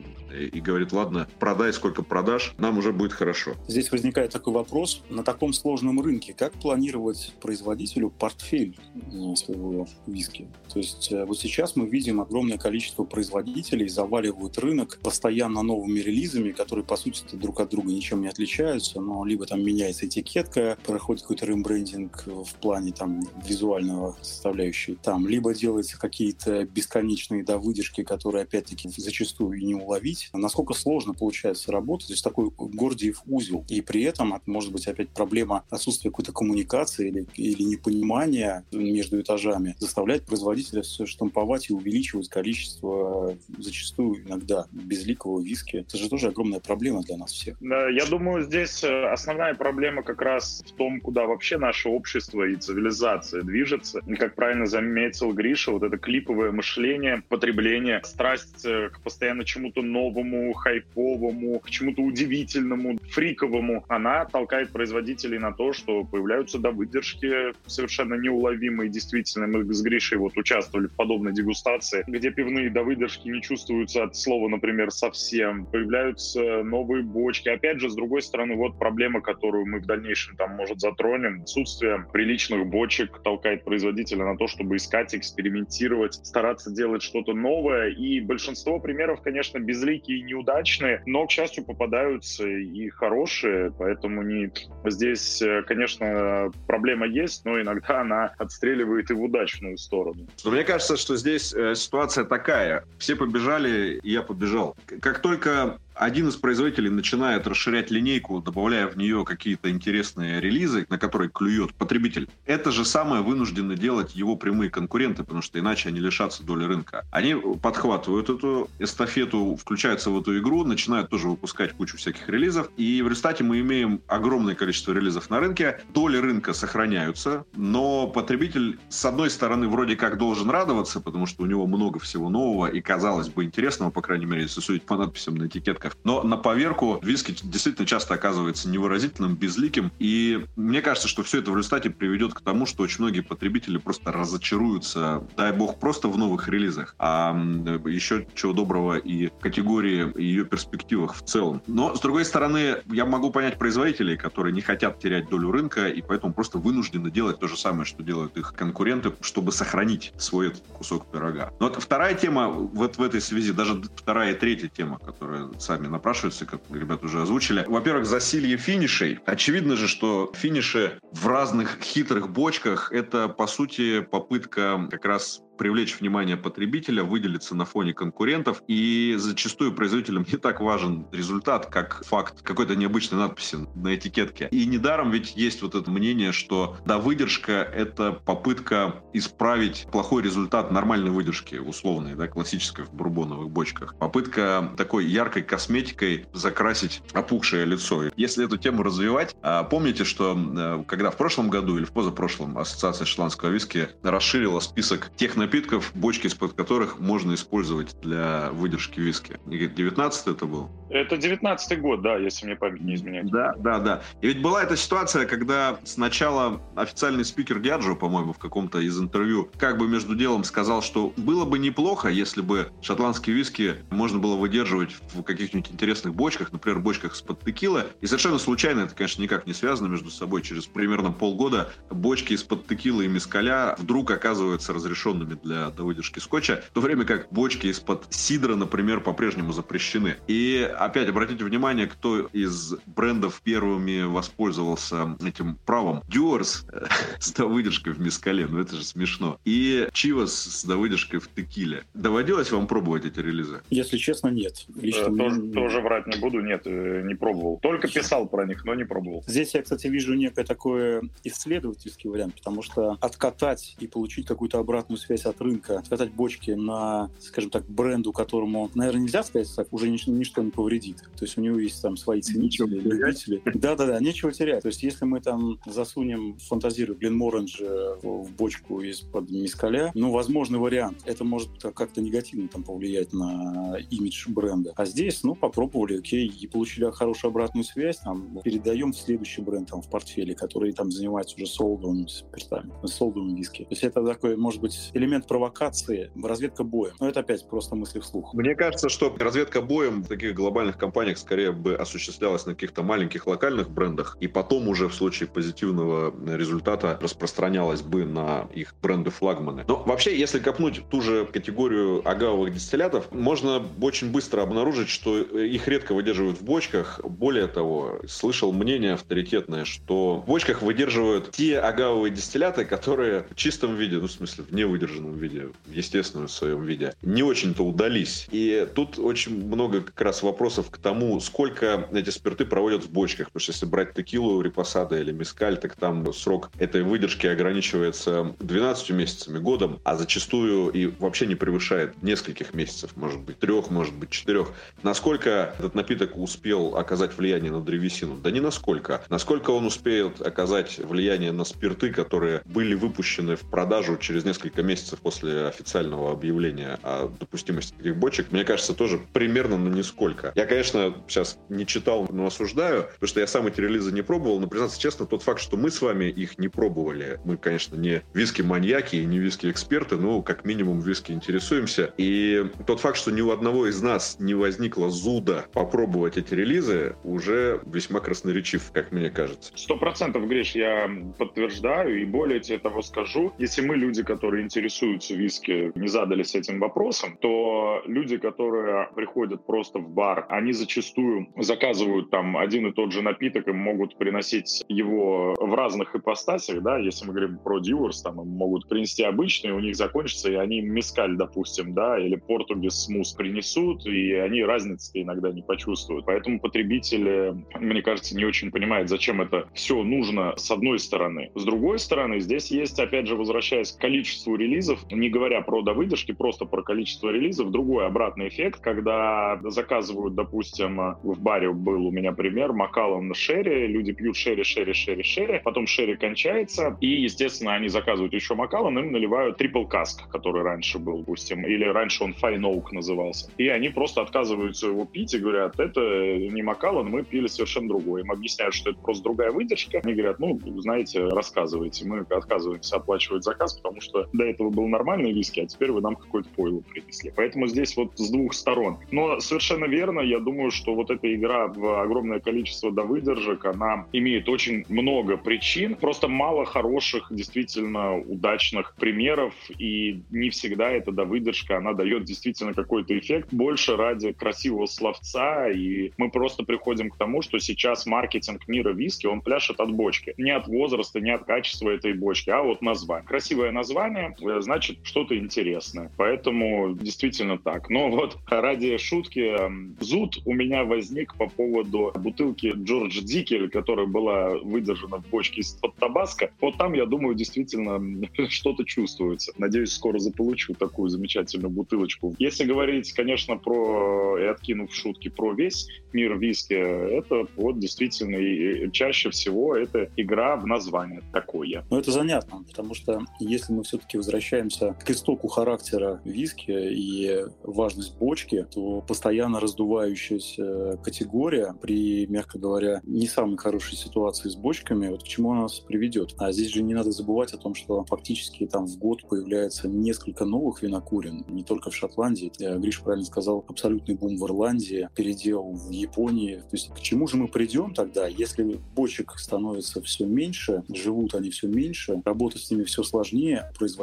и говорит: ладно, продай сколько продаж, нам уже будет хорошо. Здесь возникает такой вопрос: на таком сложном рынке как планировать производителю портфель своего виски? То есть вот сейчас мы видим огромное количество производителей заваливают рынок постоянно новыми релизами, которые по сути друг от друга ничем не отличаются, но либо там меняется этикетка, проходит какой-то рембрендинг в плане там визуального составляющей, там либо делаются какие-то бесконечные выдержки, которые опять-таки зачастую и не уловить. Насколько сложно получается работать, то есть такой Гордиев узел, и при этом может быть опять проблема отсутствия какой-то коммуникации или непонимания между этажами заставляет производителя все штамповать и увеличивать количество зачастую иногда безликого виски. Это же тоже огромная проблема для нас всех. Да, я думаю, здесь основная проблема как раз в том, куда вообще наше общество и цивилизация движется. И, как правильно заметил Гриша, вот это клиповое мышление, потребление, страсть к постоянно чему-то новому, хайповому, к чему-то удивительному, фриковому, она толкает производителей на то, что появляются довыдержки совершенно неуловимые. Действительно, мы с Гришей вот участвовали в подобной дегустации, где пивные довыдержки не чувствуются от слова, например, совсем. Появляются новые бочки. Опять же, с другой стороны, вот проблема, которую мы в дальнейшем там, может, затронем. Отсутствие приличных бочек толкает производителя на то, чтобы искать, экспериментировать, стараться делать что-то новое. И большинство примеров, конечно, безликие и неудачные, но, к счастью, попадаются и хорошие, поэтому здесь, конечно, проблема есть, но иногда она отстреливает и в удачную сторону. Мне кажется, что здесь ситуация такая. Все побежали, и я побежал. Как только один из производителей начинает расширять линейку, добавляя в нее какие-то интересные релизы, на которые клюет потребитель, это же самое вынуждены делать его прямые конкуренты, потому что иначе они лишатся доли рынка. Они подхватывают эту эстафету, включаются в эту игру, начинают тоже выпускать кучу всяких релизов, и в результате мы имеем огромное количество релизов на рынке, доли рынка сохраняются, но потребитель, с одной стороны, вроде как должен радоваться, потому что у него много всего нового и, казалось бы, интересного, по крайней мере, если судить по надписям на этикетках. Но на поверку виски действительно часто оказывается невыразительным, безликим. И мне кажется, что все это в результате приведет к тому, что очень многие потребители просто разочаруются, дай бог, просто в новых релизах, а еще чего доброго и категории, и ее перспективах в целом. Но, с другой стороны, я могу понять производителей, которые не хотят терять долю рынка, и поэтому просто вынуждены делать то же самое, что делают их конкуренты, чтобы сохранить свой этот кусок пирога. Но вот вторая тема вот в этой связи, даже вторая и третья тема, которые сами напрашиваются, как ребята уже озвучили. Во-первых, засилье финишей. Очевидно же, что финиши в разных хитрых бочках — это, по сути, попытка как раз привлечь внимание потребителя, выделиться на фоне конкурентов, и зачастую производителям не так важен результат, как факт какой-то необычной надписи на этикетке. И недаром ведь есть вот это мнение, что выдержка — это попытка исправить плохой результат нормальной выдержки, условной, классической в бурбоновых бочках. Попытка такой яркой косметикой закрасить опухшее лицо. Если эту тему развивать, помните, что когда в прошлом году или в позапрошлом Ассоциация шотландского виски расширила список тех напитков, бочки из-под которых можно использовать для выдержки виски. 19-й это был? Это 19-й год, да, если мне память не изменяет. Да. И ведь была эта ситуация, когда сначала официальный спикер Диаджо, по-моему, в каком-то из интервью, как бы между делом сказал, что было бы неплохо, если бы шотландские виски можно было выдерживать в каких-нибудь интересных бочках, например, бочках из-под текилы. И совершенно случайно, это, конечно, никак не связано между собой, через примерно полгода бочки из-под текилы и мескаля вдруг оказываются разрешенными бочками для довыдержки скотча, в то время как бочки из-под сидра, например, по-прежнему запрещены. И опять обратите внимание, кто из брендов первыми воспользовался этим правом. Дюарс с довыдержкой в мескале, ну это же смешно. И Чивас с довыдержкой в текиле. Доводилось вам пробовать эти релизы? Если честно, нет. Тоже врать не буду, нет, не пробовал. Только писал про них, но не пробовал. Здесь я, кстати, вижу некое такое исследовательский вариант, потому что откатать и получить какую-то обратную связь от рынка, откатать бочки на, скажем так, бренду, которому, наверное, нельзя сказать так, уже ничто не повредит. То есть у него есть там свои ценители, любители. Да-да-да, нечего терять. То есть если мы там засунем, фантазирую, Glenmorangie в бочку из-под мескаля, ну, возможный вариант. Это может как-то негативно там повлиять на имидж бренда. А здесь, ну, попробовали, окей, и получили хорошую обратную связь, там, передаем в следующий бренд там в портфеле, который там занимается уже солдовыми спиртами, солдовыми виски. То есть это такой, может быть, элемент провокации, разведка боем. Но это опять просто мысли вслух. Мне кажется, что разведка боем в таких глобальных компаниях скорее бы осуществлялась на каких-то маленьких локальных брендах, и потом уже в случае позитивного результата распространялась бы на их бренды-флагманы. Но вообще, если копнуть ту же категорию агавовых дистиллятов, можно очень быстро обнаружить, что их редко выдерживают в бочках. Более того, слышал мнение авторитетное, что в бочках выдерживают те агавовые дистилляты, которые в чистом виде, ну, в смысле, в невыдержанном виде, в естественном своем виде, не очень-то удались. И тут очень много как раз вопросов к тому, сколько эти спирты проводят в бочках. Потому что если брать текилу, репосадо или мескаль, так там срок этой выдержки ограничивается 12 месяцами, годом, а зачастую и вообще не превышает нескольких месяцев, может быть, 3, может быть, 4. Насколько этот напиток успел оказать влияние на древесину? Да не насколько. Насколько он успеет оказать влияние на спирты, которые были выпущены в продажу через несколько месяцев после официального объявления о допустимости таких бочек, мне кажется, тоже примерно на нисколько. Я, конечно, сейчас не читал, но осуждаю, потому что я сам эти релизы не пробовал, но, признаться честно, тот факт, что мы с вами их не пробовали, мы, конечно, не виски-маньяки и не виски-эксперты, но как минимум виски интересуемся, и тот факт, что ни у одного из нас не возникло зуда попробовать эти релизы, уже весьма красноречив, как мне кажется. 100%, Гриш, я подтверждаю, и более тебе того скажу, если мы, люди, которые интересуются виски, не задались этим вопросом, то люди, которые приходят просто в бар, они зачастую заказывают там один и тот же напиток, им могут приносить его в разных ипостасях, да, если мы говорим про Дьюарс, там им могут принести обычный, у них закончится, и они мескаль, допустим, да, или португис смус принесут, и они разницы иногда не почувствуют. Поэтому потребители, мне кажется, не очень понимают, зачем это все нужно с одной стороны. С другой стороны, здесь есть, опять же, возвращаясь к количеству релизов, не говоря про довыдержки, просто про количество релизов, другой обратный эффект, когда заказывают, допустим, в баре был у меня пример, Макаллан Шерри, люди пьют шерри, потом шерри кончается, и, естественно, они заказывают еще Макаллан, им наливают трипл каск, который раньше был, допустим, или раньше он Fine Oak назывался. И они просто отказываются его пить и говорят, это не Макаллан, мы пили совершенно другое. Им объясняют, что это просто другая выдержка. Они говорят, ну, знаете, рассказывайте. Мы отказываемся оплачивать заказ, потому что до этого был нормальный виски, а теперь вы нам какое-то пойло принесли. Поэтому здесь вот с двух сторон. Но совершенно верно, я думаю, что вот эта игра в огромное количество довыдержек, она имеет очень много причин, просто мало хороших, действительно удачных примеров, и не всегда эта довыдержка, она дает действительно какой-то эффект, больше ради красивого словца, и мы просто приходим к тому, что сейчас маркетинг мира виски, он пляшет от бочки. Не от возраста, не от качества этой бочки, а от названия. Красивое название, значит, что-то интересное. Поэтому действительно так. Но вот ради шутки, зуд у меня возник по поводу бутылки Джордж Дикель, которая была выдержана в бочке из-под Табаско. Вот там, я думаю, действительно что-то чувствуется. Надеюсь, скоро заполучу такую замечательную бутылочку. Если говорить, конечно, про, и откинув шутки, про весь мир виски, это вот действительно и чаще всего это игра в название такое. Но это занятно, потому что если мы все-таки возвращаемся к истоку характера виски и важность бочки, то постоянно раздувающаяся категория при, мягко говоря, не самой хорошей ситуации с бочками, вот к чему она нас приведет. А здесь же не надо забывать о том, что фактически там в год появляется несколько новых винокурен, не только в Шотландии. Гриш правильно сказал, абсолютный бум в Ирландии, передел в Японии. То есть к чему же мы придем тогда, если бочек становится все меньше, живут они все меньше, работать с ними все сложнее, производители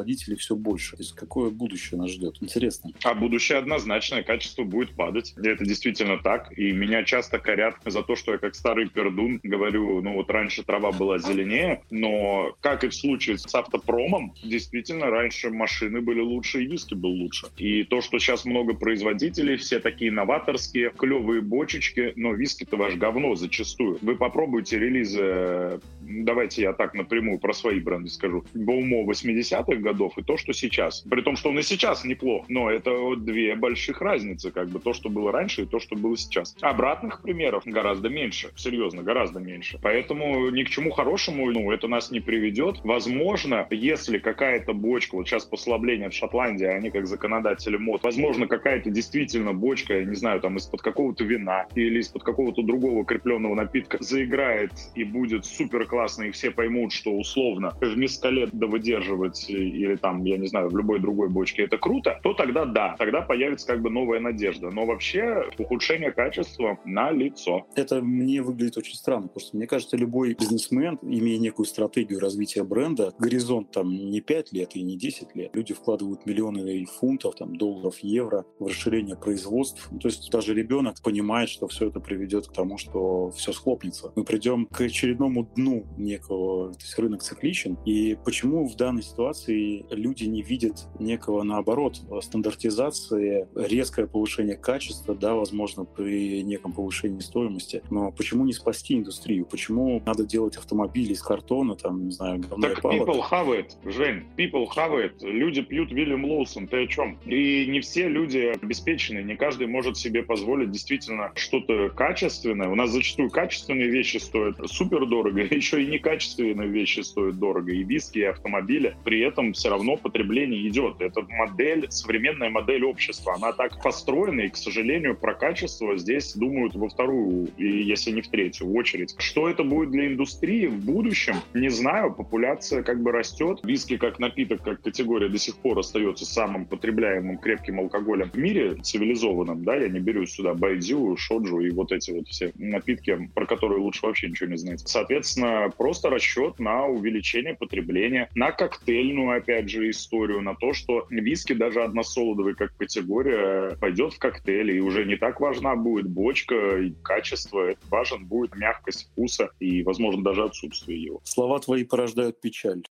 все больше. То есть какое будущее нас ждет? Интересно. А будущее однозначное, качество будет падать. Это действительно так. И меня часто корят за то, что я как старый пердун говорю, ну вот раньше трава была зеленее, но как и в случае с автопромом, действительно раньше машины были лучше и виски был лучше. И то, что сейчас много производителей, все такие новаторские, клевые бочечки, но виски-то ваш говно зачастую. Вы попробуйте релизы, давайте я так напрямую про свои бренды скажу, Баумо 80-х годов и то, что сейчас. При том, что он и сейчас неплох, но это вот две больших разницы, как бы то, что было раньше и то, что было сейчас. Обратных примеров гораздо меньше, серьезно, гораздо меньше. Поэтому ни к чему хорошему, это нас не приведет. Возможно, если какая-то бочка, вот сейчас послабление в Шотландии, они как законодатели мод, возможно, какая-то действительно бочка, я не знаю, там из-под какого-то вина или из-под какого-то другого крепленного напитка заиграет и будет супер классно, и все поймут, что условно в мескале выдерживать или там, я не знаю, в любой другой бочке это круто, то тогда да, тогда появится как бы новая надежда. Но вообще ухудшение качества налицо. Это мне выглядит очень странно, потому что мне кажется, любой бизнесмен, имея некую стратегию развития бренда, горизонт там не 5 лет и не 10 лет, люди вкладывают миллионы фунтов, там, долларов, евро в расширение производств. То есть даже ребенок понимает, что все это приведет к тому, что все схлопнется. Мы придем к очередному дну некого, то есть рынок цикличен. И почему в данной ситуации люди не видят некого, наоборот, стандартизации, резкое повышение качества, да, возможно, при неком повышении стоимости. Но почему не спасти индустрию? Почему надо делать автомобили из картона, там, не знаю, говна и так палок? People have it, Жень, people have it. Люди пьют Вильям Лоусон, ты о чем? И не все люди обеспечены, не каждый может себе позволить действительно что-то качественное. У нас зачастую качественные вещи стоят супер дорого, еще и некачественные вещи стоят дорого, и виски, и автомобили. При этом все равно потребление идет. Это модель, современная модель общества. Она так построена, и, к сожалению, про качество здесь думают во вторую, и если не в третью очередь. Что это будет для индустрии в будущем? Не знаю. Популяция как бы растет. Виски как напиток, как категория до сих пор остается самым потребляемым крепким алкоголем в мире, цивилизованным. Да, я не беру сюда байдзю, шоджу и вот эти вот все напитки, про которые лучше вообще ничего не знать. Соответственно, просто расчет на увеличение потребления, на коктейльную, опять же, историю, на то, что виски даже односолодовый как категория пойдет в коктейли, и уже не так важна будет бочка и качество, важен будет мягкость вкуса и, возможно, даже отсутствие его. Слова твои порождают печаль.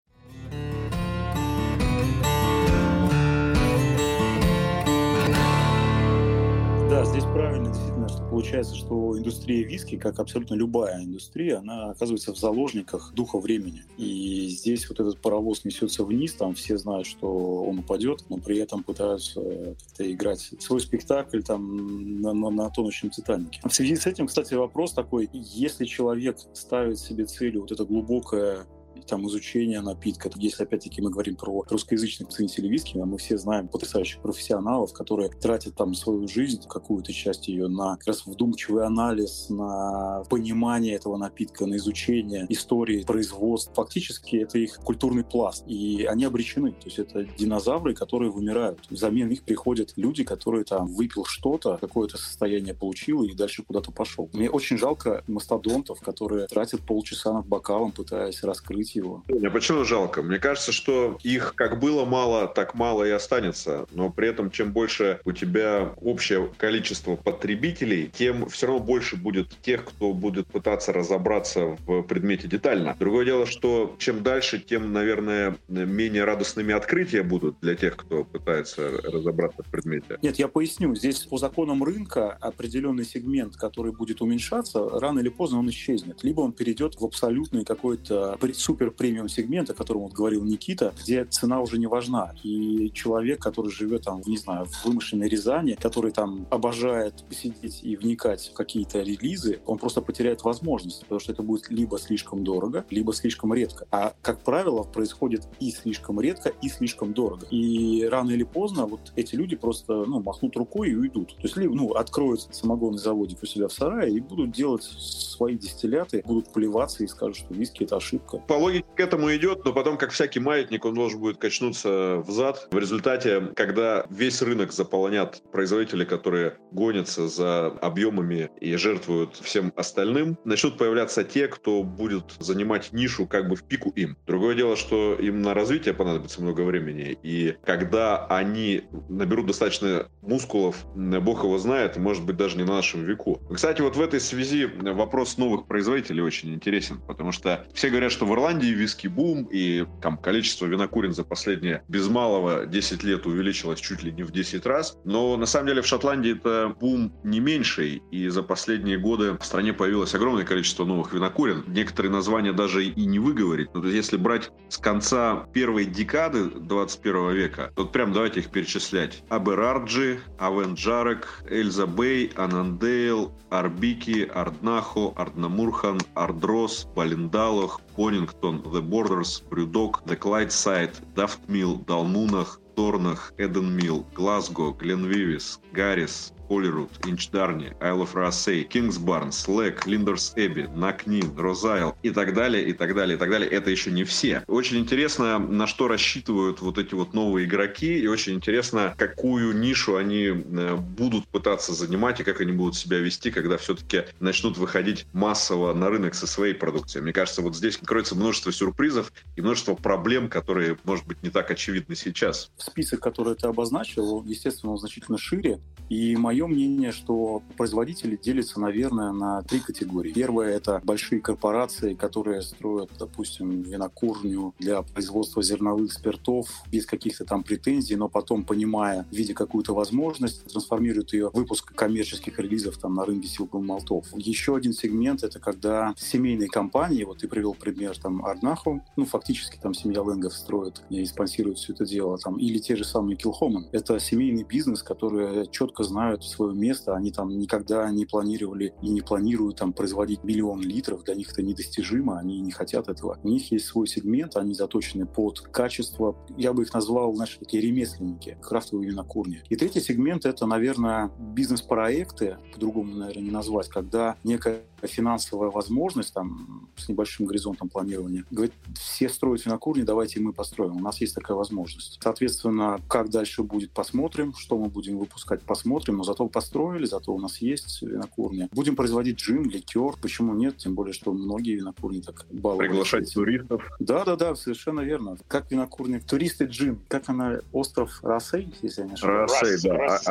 Да, здесь правильно действительно, что получается, что индустрия виски, как абсолютно любая индустрия, она оказывается в заложниках духа времени. И здесь вот этот паровоз несется вниз, там все знают, что он упадет, но при этом пытаются как-то играть свой спектакль там на тонущем Титанике. В связи с этим, кстати, вопрос такой: если человек ставит себе целью вот это глубокое там изучение напитка. Если, опять-таки, мы говорим про русскоязычных ценителей виски, мы все знаем потрясающих профессионалов, которые тратят там свою жизнь, какую-то часть ее, на как раз вдумчивый анализ, на понимание этого напитка, на изучение истории производства. Фактически это их культурный пласт, и они обречены. То есть это динозавры, которые вымирают. Взамен них приходят люди, которые там выпил что-то, какое-то состояние получил и дальше куда-то пошел. Мне очень жалко мастодонтов, которые тратят полчаса над бокалом, пытаясь раскрыть его. Мне почему жалко? Мне кажется, что их как было мало, так мало и останется. Но при этом, чем больше у тебя общее количество потребителей, тем все равно больше будет тех, кто будет пытаться разобраться в предмете детально. Другое дело, что чем дальше, тем, наверное, менее радостными открытия будут для тех, кто пытается разобраться в предмете. Нет, я поясню. Здесь по законам рынка определенный сегмент, который будет уменьшаться, рано или поздно он исчезнет. Либо он перейдет в абсолютный какой-то супер премиум сегмент, о котором вот говорил Никита, где цена уже не важна. И человек, который живет там, не знаю, в вымышленной Рязани, который там обожает сидеть и вникать в какие-то релизы, он просто потеряет возможность, потому что это будет либо слишком дорого, либо слишком редко. А, как правило, происходит и слишком редко, и слишком дорого. И рано или поздно вот эти люди просто махнут рукой и уйдут. То есть откроют самогонный заводик у себя в сарае и будут делать свои дистилляты, будут плеваться и скажут, что виски — это ошибка. По логика к этому идет, но потом, как всякий маятник, он должен будет качнуться взад. В результате, когда весь рынок заполонят производители, которые гонятся за объемами и жертвуют всем остальным, начнут появляться те, кто будет занимать нишу как бы в пику им. Другое дело, что им на развитие понадобится много времени, и когда они наберут достаточно мускулов, бог его знает, может быть, даже не на нашем веку. Кстати, вот в этой связи вопрос новых производителей очень интересен, потому что все говорят, что в Ирландии виски бум, и там количество винокурен за последние без малого 10 лет увеличилось чуть ли не в 10 раз, но на самом деле в Шотландии это бум не меньший, и за последние годы в стране появилось огромное количество новых винокурен. Некоторые названия даже и не выговорить. Но если брать с конца первой декады 21 века, то прям давайте их перечислять. Аберарджи, Авенджарек, Эльза Бэй, Анандейл, Арбики, Арднахо, Арднамурхан, Ардрос, Балиндалох, Понингтон, The Borders, Брюдок, The Clydeside, Дафтмилл, Далмунах, Торнах, Эденмилл, Глазго, Гленвивис, Гаррис, Холлируд, Инчдарни, Isle of Raasay, Кингсбарн, Слэк, Линдерс Эбби, Накнин, Розайл и так далее, и так далее, и так далее. Это еще не все. Очень интересно, на что рассчитывают вот эти вот новые игроки, и очень интересно, какую нишу они будут пытаться занимать и как они будут себя вести, когда все-таки начнут выходить массово на рынок со своей продукцией. Мне кажется, вот здесь кроется множество сюрпризов и множество проблем, которые, может быть, не так очевидны сейчас. Список, который ты обозначил, естественно, он значительно шире, и мое мнение, что производители делятся, наверное, на 3 категории. Первое — это большие корпорации, которые строят, допустим, винокурню для производства зерновых спиртов без каких-то там претензий, но потом, понимая, видя какую-то возможность, трансформируют ее в выпуск коммерческих релизов там на рынке силковых малтов. Еще один сегмент — это когда семейные компании, вот ты привел пример там Арднаху, фактически там семья Лэнгов строит и спонсирует все это дело, там, или те же самые Килхоман. Это семейный бизнес, которые четко знают свое место, они там никогда не планировали и не планируют там производить миллион литров, для них это недостижимо, они не хотят этого. У них есть свой сегмент, они заточены под качество, я бы их назвал, знаешь, такие ремесленники, крафтовые винокурни. И третий сегмент — это, наверное, бизнес-проекты, по-другому, наверное, не назвать, когда некая финансовая возможность там с небольшим горизонтом планирования говорит, все строят винокурни, давайте мы построим, у нас есть такая возможность. Соответственно, как дальше будет, посмотрим, что мы будем выпускать, посмотрим, но зато построили, зато у нас есть винокурня. Будем производить джин, ликер, почему нет, тем более, что многие винокурни так балуют. Приглашать туристов. Да, совершенно верно. Как винокурня, туристы джин, как она, остров Раасей, если я не ошибаюсь?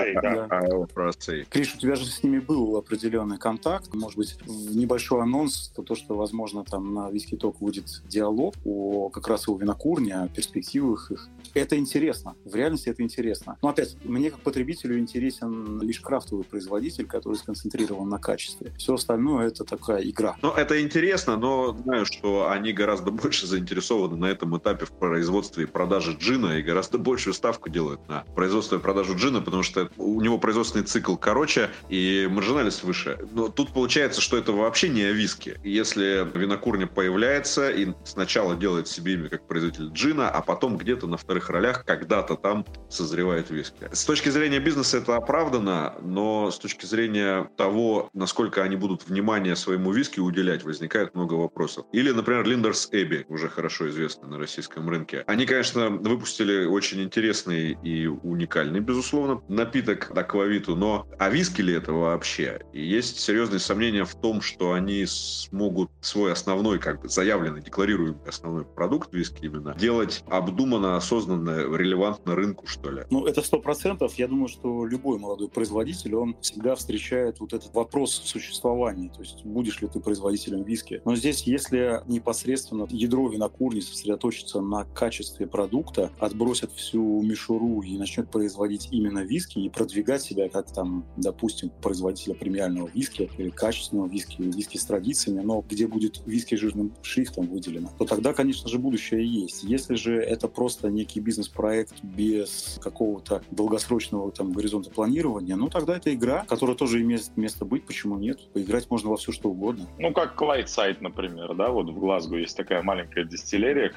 Раасей. Криш, у тебя же с ними был определенный контакт, может быть, небольшой анонс, то, что, возможно, там на Виски Ток будет диалог о как раз о винокурне, о перспективах их. Это интересно. В реальности это интересно. Но опять, мне как потребителю интересен лишь крафтовый производитель, который сконцентрирован на качестве. Все остальное — это такая игра. Это интересно, но знаю, что они гораздо больше заинтересованы на этом этапе в производстве и продаже джина, и гораздо большую ставку делают на производство и продажу джина, потому что у него производственный цикл короче и маржинальность выше. Но тут получается, что это вообще не о виске. Если винокурня появляется и сначала делает себе имя как производитель джина, а потом где-то на вторых ролях когда-то там созревает виски. С точки зрения бизнеса это оправдано, но с точки зрения того, насколько они будут внимание своему виски уделять, возникает много вопросов. Или, например, Линдерс Эбби, уже хорошо известный на российском рынке. Они, конечно, выпустили очень интересный и уникальный, безусловно, напиток аквавиту, но виски ли это вообще? И есть серьезные сомнения в том, что они смогут свой основной, как бы заявленный, декларируемый основной продукт виски именно, делать обдуманно, осознанно, релевантно рынку, что ли. Это 100%. Я думаю, что любой молодой производитель, он всегда встречает вот этот вопрос существования. То есть, будешь ли ты производителем виски? Но здесь, если непосредственно ядро винокурни сосредоточится на качестве продукта, отбросят всю мишуру и начнет производить именно виски и продвигать себя как там, допустим, производителя премиального виски или качественного виски с традициями, но где будет виски жирным шрифтом выделено, то тогда, конечно же, будущее есть. Если же это просто некий бизнес-проект без какого-то долгосрочного там горизонта планирования, планирования, ну тогда это игра, которая тоже имеет место быть, почему нет? Поиграть можно во все, что угодно. Ну, как Клайдсайд, например, да, вот в Глазго есть такая маленькая дистиллерия,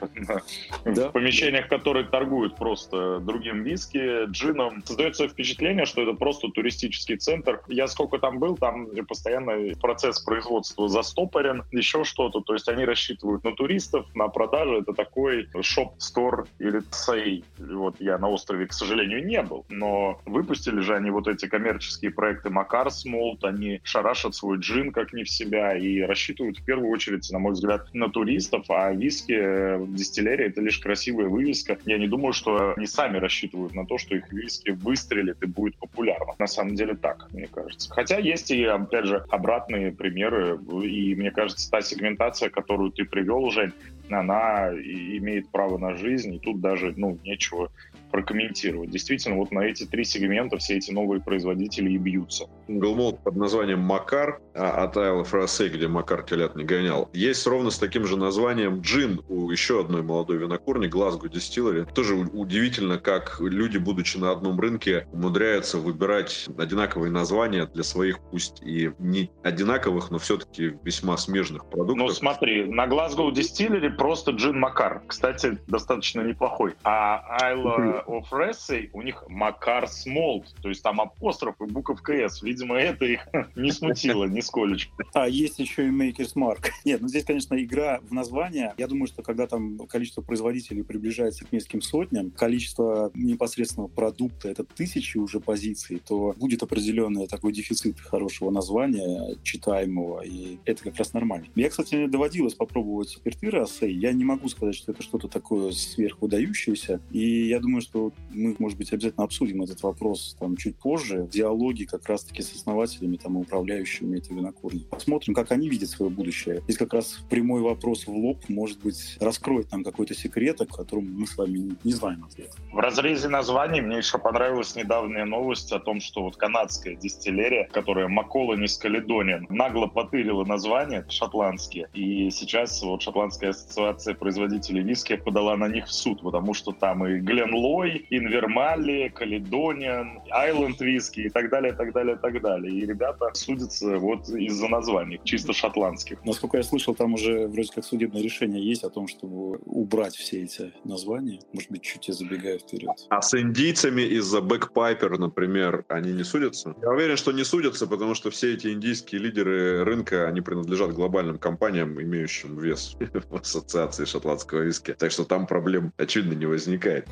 в помещениях, которые торгуют просто другим виски, джином. Создается впечатление, что это просто туристический центр. Я сколько там был, там постоянно процесс производства застопорен, еще что-то. То есть они рассчитывают на туристов, на продажу. Это такой шоп-стор или сей. Вот я на острове, к сожалению, не был. Но выпустили же они вот эти коммерческие проекты Макарс Молт, они шарашат свой джин как не в себя и рассчитывают в первую очередь, на мой взгляд, на туристов, а виски, дистиллерия — это лишь красивая вывеска. Я не думаю, что они сами рассчитывают на то, что их виски выстрелит и будет популярным. На самом деле так, мне кажется. Хотя есть и, опять же, обратные примеры, и мне кажется, та сегментация, которую ты привел, Жень, она имеет право на жизнь, и тут даже, нечего прокомментировать. Действительно, вот на эти 3 сегмента все эти новые производители и бьются. Сингл-молт под названием Макар от Isle of Raasay, где Макар телят не гонял. Есть ровно с таким же названием джин у еще одной молодой винокурни, Glasgow Distillery. Тоже удивительно, как люди, будучи на одном рынке, умудряются выбирать одинаковые названия для своих, пусть и не одинаковых, но все-таки весьма смежных продуктов. Ну смотри, на Glasgow Distillery просто джин Макар. Кстати, достаточно неплохой. А Isle of Raasay у них Макарс Молт. То есть там апостроф и буковка S. Видимо, это их не смутило нисколечко. А есть еще и Maker's Mark. Нет, здесь, конечно, игра в название. Я думаю, что когда там количество производителей приближается к нескольким сотням, количество непосредственного продукта — это 1000 уже позиций, то будет определенный такой дефицит хорошего названия, читаемого, и это как раз нормально. Мне, кстати, доводилось попробовать спирты Raasay. Я не могу сказать, что это что-то такое сверхвыдающееся, и я думаю, что мы, может быть, обязательно обсудим этот вопрос там чуть позже в диалоге как раз-таки с основателями там, и управляющими этой винокурни. Посмотрим, как они видят свое будущее. Здесь как раз прямой вопрос в лоб, может быть, раскроет нам какой-то секрет, о котором мы с вами не знаем ответ. В разрезе названий мне еще понравилась недавняя новость о том, что вот канадская дистиллерия, которая Macallan Caledonian, нагло потырила название шотландские, и сейчас вот шотландская ассоциация производителей виски подала на них в суд, потому что там и Гленлой, Инвермалли, Каледониан, Айленд виски и так далее, так далее, так далее. И ребята судятся вот из-за названий, чисто шотландских. Насколько я слышал, там уже вроде как судебное решение есть о том, чтобы убрать все эти названия. Может быть, чуть я забегаю вперед. А с индийцами из-за бэкпайпер, например, они не судятся? Я уверен, что не судятся, потому что все эти индийские лидеры рынка, они принадлежат глобальным компаниям, имеющим вес в ассоциации шотландского виски. Так что там проблем, очевидно, не возникает.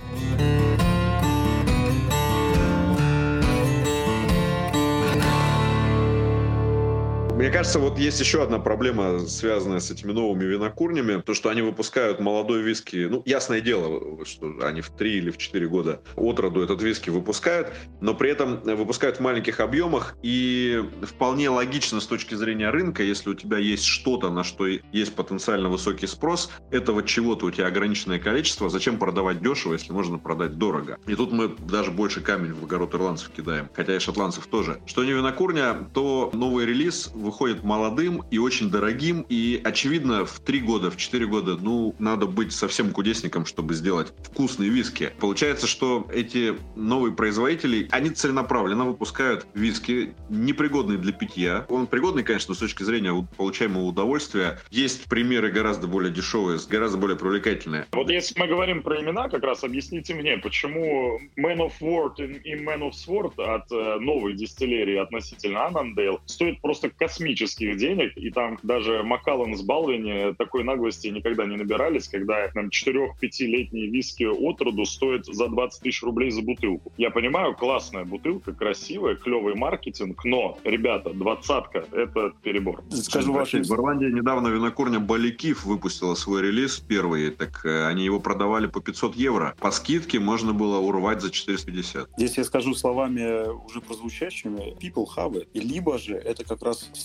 Мне кажется, вот есть еще одна проблема, связанная с этими новыми винокурнями. То, что они выпускают молодой виски. Ясное дело, что они в 3 или в 4 года от роду этот виски выпускают, но при этом выпускают в маленьких объемах. И вполне логично с точки зрения рынка, если у тебя есть что-то, на что есть потенциально высокий спрос, этого чего-то у тебя ограниченное количество, зачем продавать дешево, если можно продать дорого? И тут мы даже больше камень в огород ирландцев кидаем, хотя и шотландцев тоже. Что не винокурня, то новый релиз выходит молодым и очень дорогим, и, очевидно, в 3 года, в 4 года, надо быть совсем кудесником, чтобы сделать вкусные виски. Получается, что эти новые производители, они целенаправленно выпускают виски, непригодные для питья. Он пригодный, конечно, с точки зрения получаемого удовольствия. Есть примеры гораздо более дешевые, гораздо более привлекательные. Вот если мы говорим про имена, как раз объясните мне, почему Man of Word и Man of Sword от новой дистиллерии относительно Annandale стоит просто космических денег, и там даже Macallan с Balvenie такой наглости никогда не набирались, когда 4-5-летние виски от роду стоят за 20 тысяч рублей за бутылку. Я понимаю, классная бутылка, красивая, клевый маркетинг, но, ребята, 20-ка — это перебор. Скажу в Ирландии недавно винокурня Баликиф выпустила свой релиз первый, так они его продавали по 500 евро. По скидке можно было урвать за 450. Здесь я скажу словами уже прозвучащими: people have it. И либо же это как раз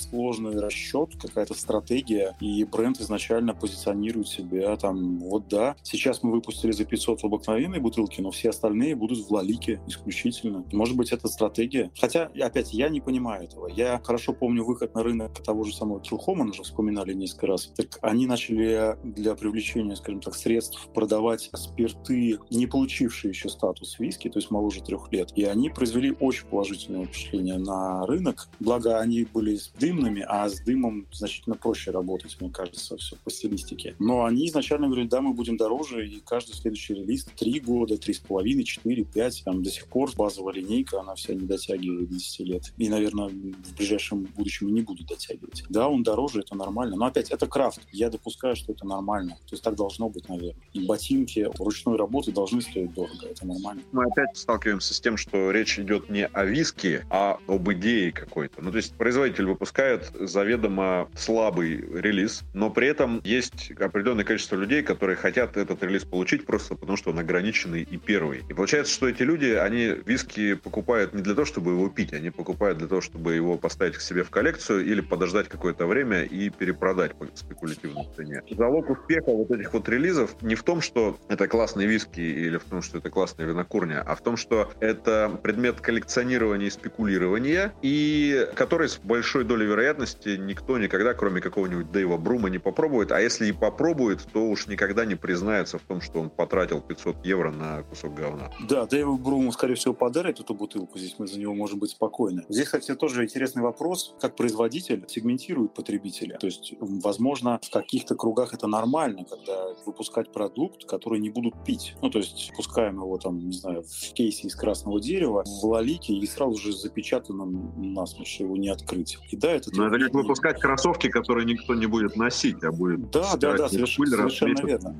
сложный расчет, какая-то стратегия, и бренд изначально позиционирует себя там, вот да, сейчас мы выпустили за 500 в обыкновенной бутылке, но все остальные будут в лалике исключительно. Может быть, это стратегия. Хотя, опять, я не понимаю этого. Я хорошо помню выход на рынок того же самого Килхома, уже вспоминали несколько раз. Так они начали для привлечения, скажем так, средств продавать спирты, не получившие еще статус виски, то есть моложе 3 лет. И они произвели очень положительное впечатление на рынок. Благо, они были с дымными, а с дымом значительно проще работать, мне кажется, все по стилистике. Но они изначально говорили, да, мы будем дороже, и каждый следующий релиз 3 года, 3,5, 4, 5, там до сих пор базовая линейка, она вся не дотягивает 10 лет. И, наверное, в ближайшем будущем и не будет дотягивать. Да, он дороже, это нормально. Но опять, это крафт. Я допускаю, что это нормально. То есть так должно быть, наверное. И ботинки ручной работы должны стоить дорого. Это нормально. Мы опять сталкиваемся с тем, что речь идет не о виске, а об идее какой-то. Ну, то есть производитель выпускает заведомо слабый релиз, но при этом есть определенное количество людей, которые хотят этот релиз получить просто потому, что он ограниченный и первый. И получается, что эти люди, они виски покупают не для того, чтобы его пить, они покупают для того, чтобы его поставить к себе в коллекцию или подождать какое-то время и перепродать по спекулятивной цене. Залог успеха вот этих вот релизов не в том, что это классные виски или в том, что это классная винокурня, а в том, что это предмет коллекционирования и спекулирования, и который с большой долей вероятности никто никогда, кроме какого-нибудь Дэйва Брума, не попробует, а если и попробует, то уж никогда не признается в том, что он потратил 500 евро на кусок говна. Да, Дэйву Бруму, скорее всего, подарит эту бутылку, здесь мы за него можем быть спокойны. Здесь, кстати, тоже интересный вопрос, как производитель сегментирует потребителя. То есть, возможно, в каких-то кругах это нормально, когда выпускать продукт, который не будут пить. Ну, то есть, пускаем его там, не знаю, в кейсе из красного дерева, в лалике и сразу же запечатанным насмерть, его не открыть. И да, это... Но это как выпускать кроссовки, которые никто не будет носить, а будет... Да, совершенно верно.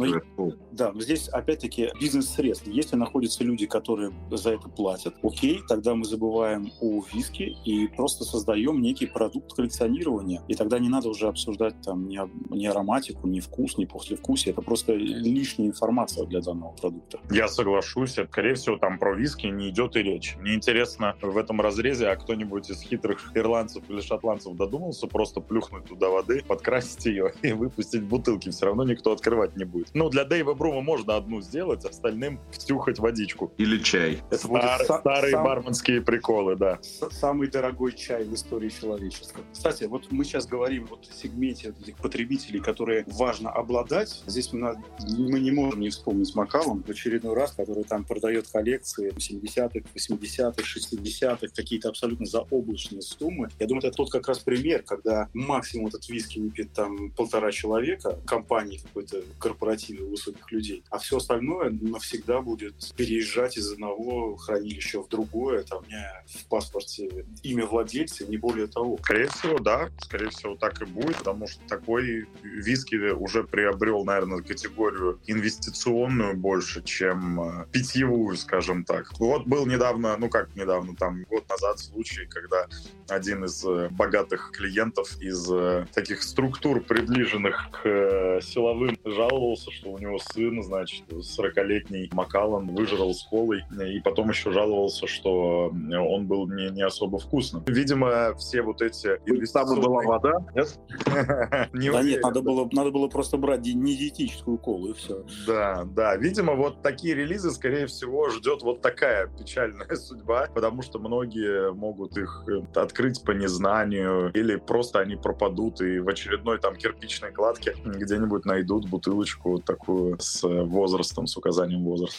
Но здесь, опять-таки, бизнес-средств. Если находятся люди, которые за это платят, окей, тогда мы забываем о виске и просто создаем некий продукт коллекционирования. И тогда не надо уже обсуждать там ни ароматику, ни вкус, ни послевкусие. Это просто лишняя информация для данного продукта. Я соглашусь. Скорее всего, там про виски не идет и речь. Мне интересно в этом разрезе, а кто-нибудь из хитрых ирландцев или шотландцев додумался просто плюхнуть туда воды, подкрасить ее и выпустить бутылки. Все равно никто открывать не будет. Ну, для Дэйва Брума можно одну сделать, остальным втюхать водичку. Или чай. Это старые барменские приколы, да. Самый дорогой чай в истории человечества. Кстати, вот мы сейчас говорим вот о сегменте этих потребителей, которые важно обладать. Здесь мы не можем не вспомнить Макаллан в очередной раз, который там продает коллекции 70-х, 80-х, 60-х, какие-то абсолютно заоблачные суммы. Я думаю, это тот как раз пример, когда максимум этот виски выпьет там 1,5 человека, компании какой-то корпоративы высоких людей, а все остальное навсегда будет переезжать из одного хранилища в другое. Там у меня в паспорте имя владельца, не более того. Скорее всего, да. Скорее всего, так и будет, потому что такой виски уже приобрел, наверное, категорию инвестиционную больше, чем питьевую, скажем так. Вот был недавно, там год назад случай, когда один из богатых клиентов из таких структур, приближенных к силовым, жаловался, что у него сын, значит, 40-летний Макаллан выжрал с колой, и потом еще жаловался, что он был не особо вкусным. Видимо, все вот эти инвестиционные... Там была вода, нет? Нет, надо было просто брать не диетическую колу, и все. Да. Видимо, вот такие релизы, скорее всего, ждет вот такая печальная судьба, потому что многие могут их открыть по незнанию, или просто они пропадут и в очередной там кирпичной кладке где-нибудь найдут бутылочку такую с возрастом, с указанием возраста.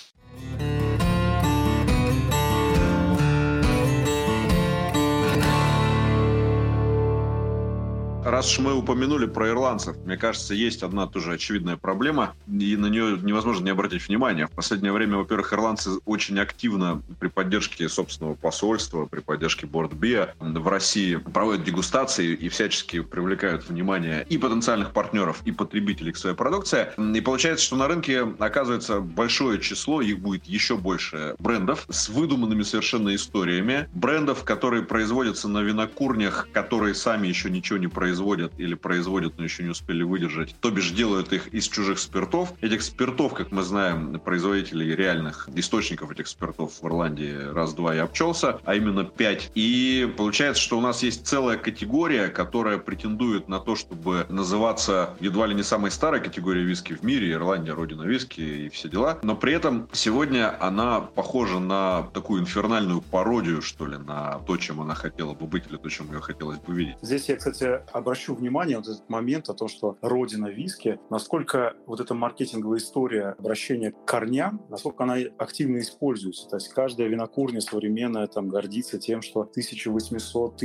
Раз уж мы упомянули про ирландцев, мне кажется, есть одна тоже очевидная проблема, и на нее невозможно не обратить внимания. В последнее время, во-первых, ирландцы очень активно при поддержке собственного посольства, при поддержке Бортбиа в России проводят дегустации и всячески привлекают внимание и потенциальных партнеров, и потребителей к своей продукции. И получается, что на рынке оказывается большое число, их будет еще больше, брендов с выдуманными совершенно историями, брендов, которые производятся на винокурнях, которые сами еще ничего не производят, воспроизводят или производят, но еще не успели выдержать, то бишь делают их из чужих спиртов. Этих спиртов, как мы знаем, производителей реальных источников этих спиртов в Ирландии раз-два и обчелся, а именно 5. И получается, что у нас есть целая категория, которая претендует на то, чтобы называться едва ли не самой старой категорией виски в мире, Ирландия, родина виски и все дела, но при этом сегодня она похожа на такую инфернальную пародию, что ли, на то, чем она хотела бы быть или то, чем ее хотелось бы видеть. Здесь я, кстати, обращу внимание вот этот момент о том, что родина виски, насколько вот эта маркетинговая история обращения к корням, насколько она активно используется. То есть каждая винокурня современная там гордится тем, что 1800,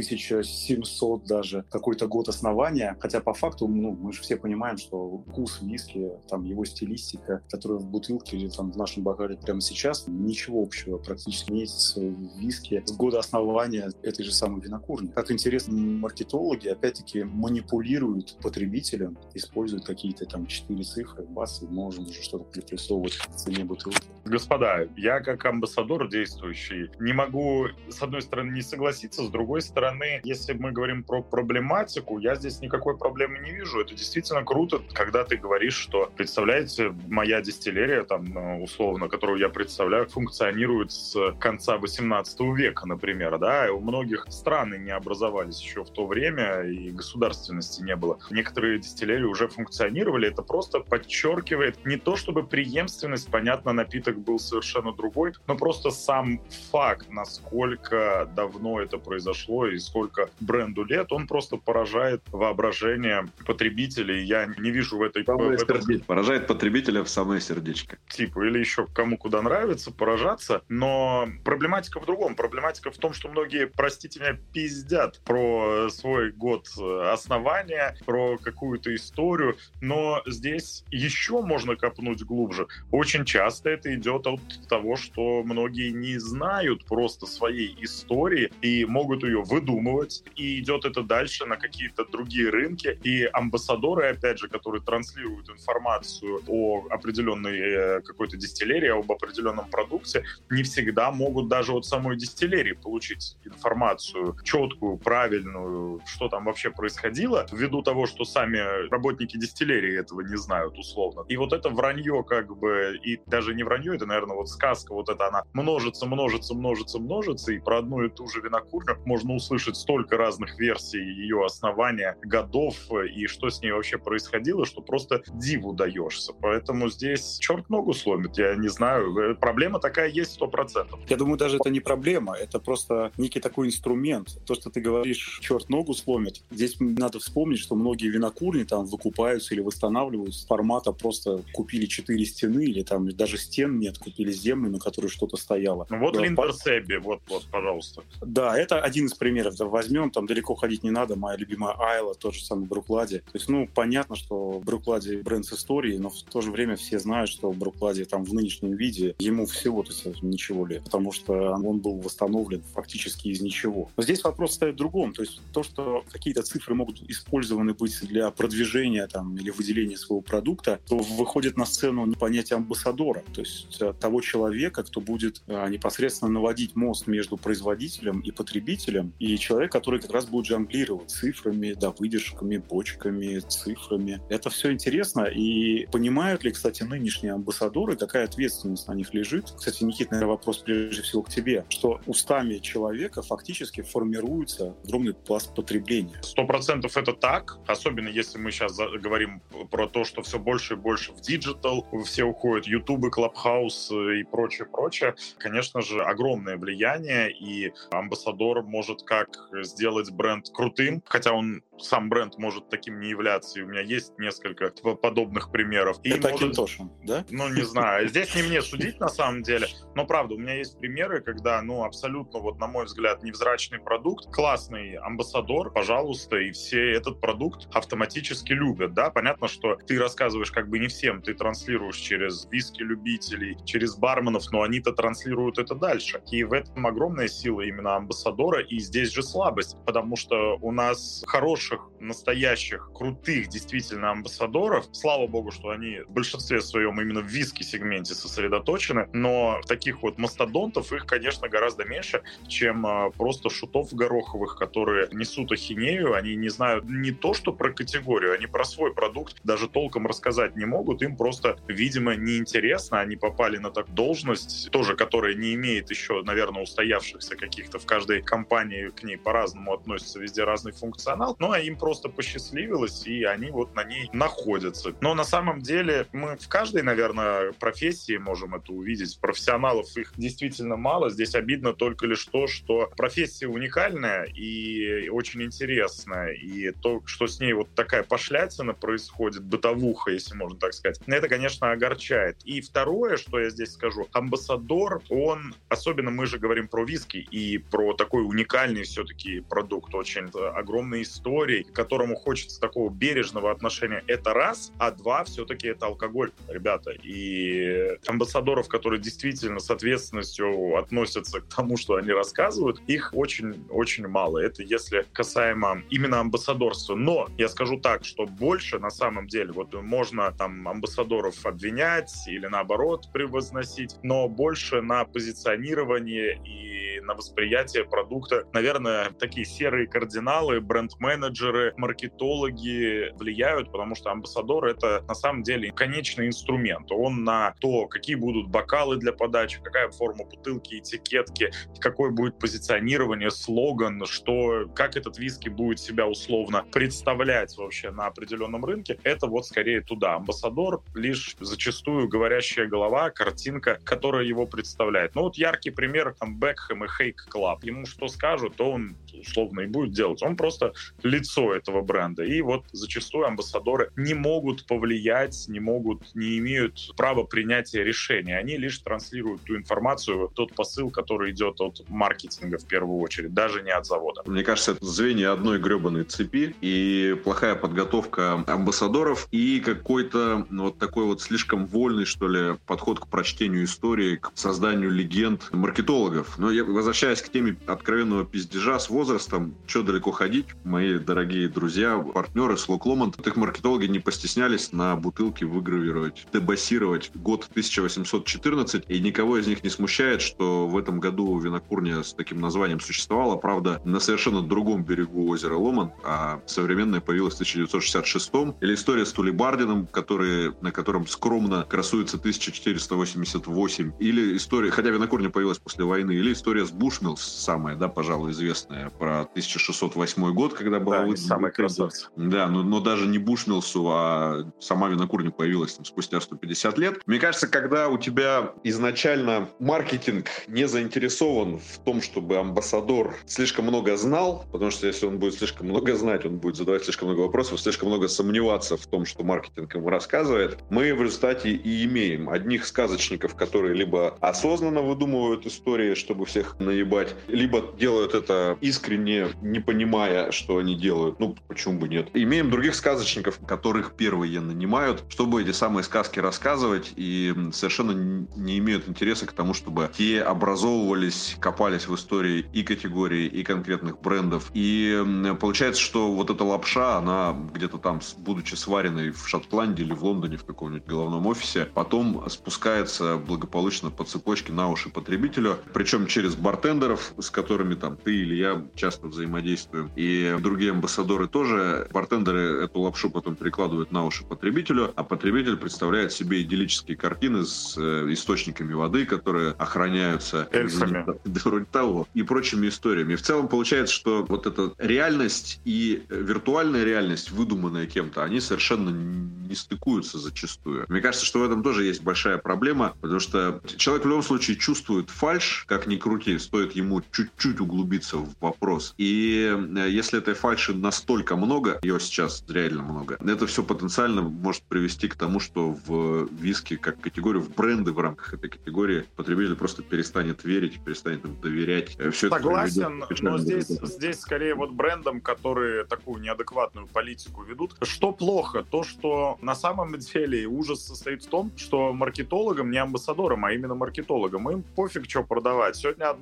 1700 даже какой-то год основания, хотя по факту, мы же все понимаем, что вкус виски, там его стилистика, которая в бутылке или там в нашем бокале прямо сейчас, ничего общего практически нет с виски с года основания этой же самой винокурни. Как интересно, маркетологи опять-таки манипулируют потребителем, используют какие-то там 4 цифры, бац, и можем уже что-то приплюсовывать в цене бутылки. Господа, я как амбассадор действующий не могу, с одной стороны, не согласиться, с другой стороны, если мы говорим про проблематику, я здесь никакой проблемы не вижу. Это действительно круто, когда ты говоришь, что, представляете, моя дистиллерия, там, условно, которую я представляю, функционирует с конца 18 века, например, да, и у многих страны не образовались еще в то время, и государственности не было. Некоторые дистиллерии уже функционировали, это просто подчеркивает не то, чтобы преемственность, понятно, напиток был совершенно другой, но просто сам факт, насколько давно это произошло и сколько бренду лет, он просто поражает воображение потребителей. Я не вижу в этой... Поражает потребителя в самое сердечко. Типа, или еще кому куда нравится, поражаться. Но проблематика в другом. Проблематика в том, что многие, простите меня, пиздят про свой год основания, про какую-то историю. Но здесь еще можно копнуть глубже. Очень часто это идет от того, что многие не знают просто своей истории и могут ее выдумывать. И идет это дальше на какие-то другие рынки. И амбассадоры, опять же, которые транслируют информацию о определенной какой-то дистиллерии, об определенном продукте, не всегда могут даже от самой дистиллерии получить информацию четкую, правильную, что там вообще происходило, ввиду того, что сами работники дистиллерии этого не знают, условно. И вот это вранье, как бы, и даже не вранье, это, наверное, вот сказка, вот это она множится, и про одну и ту же винокурню можно услышать столько разных версий ее основания, годов, и что с ней вообще происходило, что просто диву даешься. Поэтому здесь черт ногу сломит, я не знаю. Проблема такая есть 100%. Я думаю, даже это не проблема, это просто некий такой инструмент. То, что ты говоришь, черт ногу сломит, здесь надо вспомнить, что многие винокурни там выкупаются или восстанавливаются с формата просто купили 4 стены или там даже стен нет, купили землю, на которой что-то стояло. Ну вот Линдерс Эбби, вот, пожалуйста. Да, это один из примеров. Да, возьмем, там далеко ходить не надо, моя любимая Айла, тот же самый Бруклади. То есть, понятно, что Бруклади бренд с историей, но в то же время все знают, что Бруклади там в нынешнем виде, ему всего, то есть ничего лет, потому что он был восстановлен фактически из ничего. Но здесь вопрос стоит в другом. То есть то, что какие-то цифры могут использованы быть для продвижения там, или выделения своего продукта, то выходит на сцену понятие амбассадора, то есть того человека, кто будет непосредственно наводить мост между производителем и потребителем, и человек, который как раз будет жонглировать цифрами, да, выдержками, бочками, цифрами. Это все интересно, и понимают ли, кстати, нынешние амбассадоры, какая ответственность на них лежит? Кстати, Никита, наверное, вопрос прежде всего к тебе, что устами человека фактически формируется огромный пласт потребления. 100% это так, особенно если мы сейчас говорим про то, что все больше и больше в диджитал, все уходят, ютубы, клабхаус и прочее. Конечно же, огромное влияние, и амбассадор может как сделать бренд крутым, хотя он сам бренд может таким не являться, и у меня есть несколько подобных примеров. И это может... Акинтошин, да? Не знаю. Здесь не мне судить, на самом деле, но правда, у меня есть примеры, когда, абсолютно, вот на мой взгляд, невзрачный продукт, классный амбассадор, пожалуйста, и все этот продукт автоматически любят, да? Понятно, что ты рассказываешь как бы не всем, ты транслируешь через виски-любителей, через барменов, но они-то транслируют это дальше. И в этом огромная сила именно амбассадора, и здесь же слабость, потому что у нас хорошие хороших, настоящих, крутых действительно амбассадоров. Слава богу, что они в большинстве своем именно в виски-сегменте сосредоточены, но таких вот мастодонтов их, конечно, гораздо меньше, чем просто шутов гороховых, которые несут ахинею, они не знают не то, что про категорию, они про свой продукт даже толком рассказать не могут, им просто, видимо, неинтересно, они попали на такую должность, тоже, которая не имеет еще, наверное, устоявшихся каких-то в каждой компании, к ней по-разному относится, везде разный функционал, но им просто посчастливилось, и они вот на ней находятся. Но на самом деле мы в каждой, наверное, профессии можем это увидеть. Профессионалов их действительно мало. Здесь обидно только лишь то, что профессия уникальная и очень интересная, и то, что с ней вот такая пошлятина происходит, бытовуха, если можно так сказать, это, конечно, огорчает. И второе, что я здесь скажу, амбассадор, он, особенно мы же говорим про виски и про такой уникальный все-таки продукт, очень огромной истории, к которому хочется такого бережного отношения. Это раз, а два, все-таки это алкоголь, ребята. И амбассадоров, которые действительно с ответственностью относятся к тому, что они рассказывают, их очень-очень мало. Это если касаемо именно амбассадорства. Но я скажу так, что больше на самом деле, вот можно там амбассадоров обвинять или наоборот превозносить, но больше на позиционирование и на восприятие продукта, наверное, такие серые кардиналы, бренд-менеджеры, маркетологи влияют, потому что амбассадор — это на самом деле конечный инструмент. Он на то, какие будут бокалы для подачи, какая форма бутылки, этикетки, какое будет позиционирование, слоган, как этот виски будет себя условно представлять вообще на определенном рынке. Это вот скорее туда. Амбассадор — лишь зачастую говорящая голова, картинка, которая его представляет. Ну вот яркий пример — там Бекхэм и Хейк Клаб. Ему что скажут, то он условно и будет делать. Он просто лицо этого бренда. И вот зачастую амбассадоры не могут повлиять, не имеют права принятия решений. Они лишь транслируют ту информацию, тот посыл, который идет от маркетинга в первую очередь, даже не от завода. Мне кажется, это звенья одной гребаной цепи, и плохая подготовка амбассадоров, и какой-то вот такой вот слишком вольный, что ли, подход к прочтению истории, к созданию легенд маркетологов. Но я возвращаюсь к теме откровенного пиздежа с возрастом. Что далеко ходить? Мои дорогие друзья, партнеры с Лок Ломонд, их маркетологи не постеснялись на бутылке выгравировать, дебассировать год 1814, и никого из них не смущает, что в этом году винокурня с таким названием существовала, правда, на совершенно другом берегу озера Ломонд, а современная появилась в 1966-м. Или история с Тулибардином, на котором скромно красуется 1488. Или история, хотя винокурня появилась после войны, или история с Бушмиллс, самая, да, пожалуй, известная, про 1608 год, когда была выдана. Самый красавец. Да, но даже не Бушмиллсу, а сама винокурня появилась там спустя 150 лет. Мне кажется, когда у тебя изначально маркетинг не заинтересован в том, чтобы амбассадор слишком много знал, потому что если он будет слишком много знать, он будет задавать слишком много вопросов, слишком много сомневаться в том, что маркетинг ему рассказывает, мы в результате и имеем одних сказочников, которые либо осознанно выдумывают истории, чтобы всех наебать, либо делают это искренне, не понимая, что они делают. Ну, почему бы нет? Имеем других сказочников, которых первые нанимают, чтобы эти самые сказки рассказывать, и совершенно не имеют интереса к тому, чтобы те образовывались, копались в истории и категории, и конкретных брендов. И получается, что вот эта лапша, она где-то там, будучи сваренной в Шотландии или в Лондоне в каком-нибудь головном офисе, потом спускается благополучно по цепочке на уши потребителю, причем через бартендеров, с которыми там ты или я часто взаимодействуем, и другие амбассадоры тоже. Бартендеры эту лапшу потом перекладывают на уши потребителю, а потребитель представляет себе идиллические картины с источниками воды, которые охраняются эльфами, вроде того, и прочими историями. И в целом получается, что вот эта реальность и виртуальная реальность, выдуманная кем-то, они совершенно не стыкуются зачастую. Мне кажется, что в этом тоже есть большая проблема, потому что человек в любом случае чувствует фальшь, как ни крути, стоит ему чуть-чуть углубиться в вопрос. И если этой фальши настолько много, ее сейчас реально много, это все потенциально может привести к тому, что в виски как категорию, в бренды в рамках этой категории потребитель просто перестанет верить, перестанет им доверять. Все согласен, но здесь скорее вот брендам, которые такую неадекватную политику ведут. Что плохо? То, что на самом деле ужас состоит в том, что маркетологам, не амбассадорам, а именно маркетологам, им пофиг, что продавать. Сегодня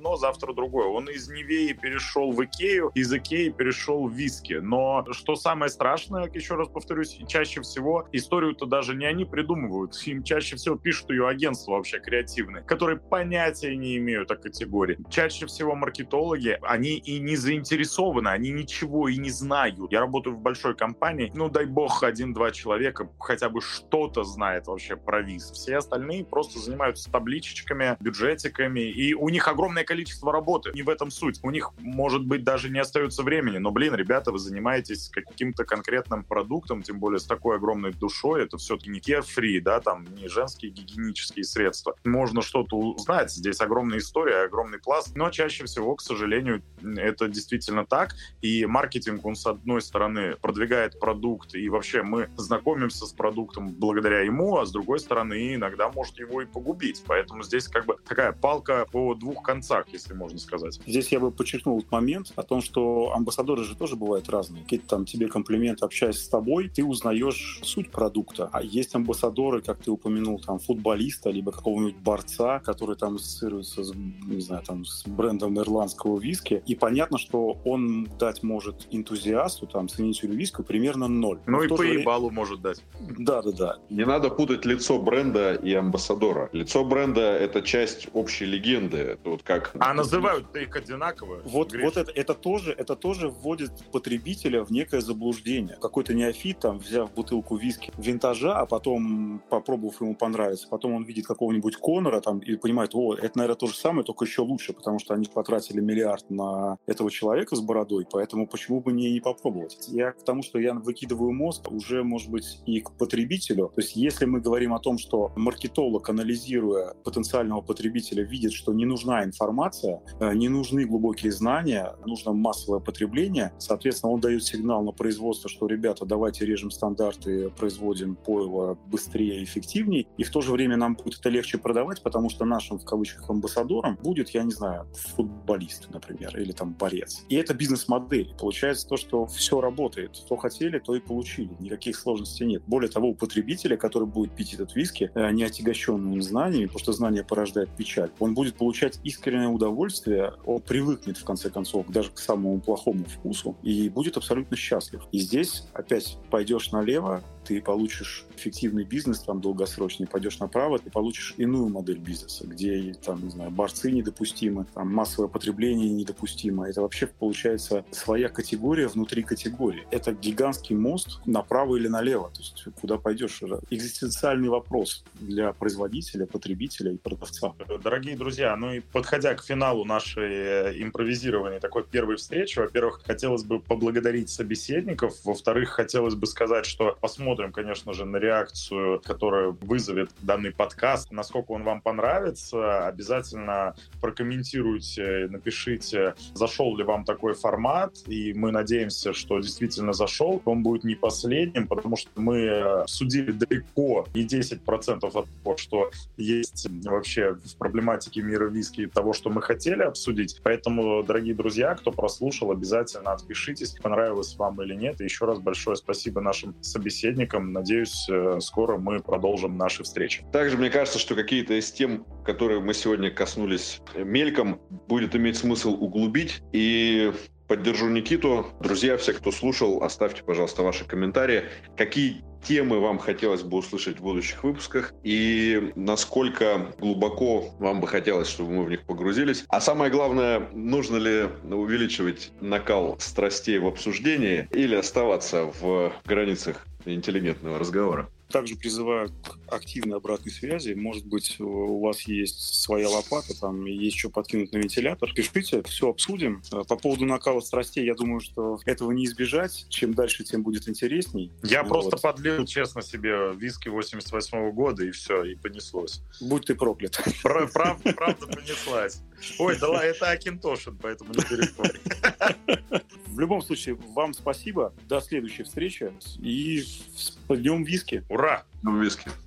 одно, завтра другое. Он из Нивеи перешел в Икею, из Икеи перешел в виски. Но что самое страшное, еще раз повторюсь, чаще всего историю-то даже не они придумывают. Им чаще всего пишут ее агентства вообще креативные, которые понятия не имеют о категории. Чаще всего маркетологи, они и не заинтересованы, они ничего и не знают. Я работаю в большой компании, ну дай бог 1-2 человека хотя бы что-то знает вообще про виз. Все остальные просто занимаются табличечками, бюджетиками, и у них огромное количество работы. Не в этом суть. У них, может быть, даже не остается времени. Но, ребята, вы занимаетесь каким-то конкретным продуктом, тем более с такой огромной душой. Это все-таки не carefree, да, там не женские гигиенические средства. Можно что-то узнать. Здесь огромная история, огромный пласт. Но чаще всего, к сожалению, это действительно так. И маркетинг, он, с одной стороны, продвигает продукт, и вообще мы знакомимся с продуктом благодаря ему, а с другой стороны, иногда может его и погубить. Поэтому здесь как бы такая палка по двух концах, если можно сказать. Здесь я бы подчеркнул момент о том, что амбассадоры же тоже бывают разные. Какие-то там тебе комплименты, общаясь с тобой, ты узнаешь суть продукта. А есть амбассадоры, как ты упомянул, там, футболиста, либо какого-нибудь борца, который там ассоциируется с, не знаю, там, с брендом ирландского виски. И понятно, что он дать может энтузиасту, там, ценителю виски примерно 0. Ну и по ебалу может дать. Да. Не надо путать лицо бренда и амбассадора. Лицо бренда — это часть общей легенды. Это вот как... А называют-то их одинаково. Вот это тоже вводит потребителя в некое заблуждение. Какой-то неофит, там, взяв бутылку виски винтажа, а потом, попробовав, ему понравится, потом он видит какого-нибудь Конора там, и понимает, это, наверное, то же самое, только еще лучше, потому что они потратили миллиард на этого человека с бородой, поэтому почему бы не попробовать? Я к тому, что я выкидываю мост уже, может быть, и к потребителю. То есть если мы говорим о том, что маркетолог, анализируя потенциального потребителя, видит, что не нужна информация, не нужны глубокие знания, нужно массовое потребление, соответственно, он дает сигнал на производство, что, ребята, давайте режем стандарты, производим пойло быстрее и эффективнее, и в то же время нам будет это легче продавать, потому что нашим, в кавычках, амбассадором будет, я не знаю, футболист, например, или там борец. И это бизнес-модель. Получается то, что все работает. Что хотели, то и получили. Никаких сложностей нет. Более того, у потребителя, который будет пить этот виски, не отягощенным знаниями, потому что знание порождает печаль, он будет получать искреннее удовольствие, он привыкнет, в конце концов, даже к самому плохому вкусу и будет абсолютно счастлив. И здесь опять пойдешь налево, ты получишь эффективный бизнес, там, долгосрочный, пойдешь направо, ты получишь иную модель бизнеса, где, там, не знаю, борцы недопустимы, там, массовое потребление недопустимо. Это вообще получается своя категория внутри категории. Это гигантский мост направо или налево. То есть куда пойдешь? Это экзистенциальный вопрос для производителя, потребителя и продавца. Дорогие друзья, ну и подходя к финалу нашей импровизированной такой первой встречи, во-первых, хотелось бы поблагодарить собеседников, во-вторых, хотелось бы сказать, что посмотрим, конечно же, на реакцию, которая вызовет данный подкаст, насколько он вам понравится. Обязательно прокомментируйте, напишите, зашел ли вам такой формат, и мы надеемся, что действительно зашел. Он будет не последним, потому что мы судили далеко не 10% от того, что есть вообще в проблематике мира виски, того, что мы хотели обсудить. Поэтому, дорогие друзья, кто прослушал, обязательно отпишитесь, понравилось вам или нет. И еще раз большое спасибо нашим собеседникам. Надеюсь, скоро мы продолжим наши встречи. Также мне кажется, что какие-то из тем, которые мы сегодня коснулись мельком, будет иметь смысл углубить. И поддержу Никиту. Друзья, все, кто слушал, оставьте, пожалуйста, ваши комментарии. Какие темы вам хотелось бы услышать в будущих выпусках и насколько глубоко вам бы хотелось, чтобы мы в них погрузились. А самое главное, нужно ли увеличивать накал страстей в обсуждении или оставаться в границах интеллигентного разговора. Также призываю к активной обратной связи. Может быть, у вас есть своя лопата, там есть что подкинуть на вентилятор. Пишите, все обсудим. По поводу накала страстей, я думаю, что этого не избежать. Чем дальше, тем будет интересней. Я просто подлил, честно, себе виски 88-го года, и все, и понеслось. Будь ты проклят. Правда понеслась. Ой, да ладно, это Акинтошин, поэтому не переспорь. В любом случае, вам спасибо. До следующей встречи. И с днем виски. Ура! Виски.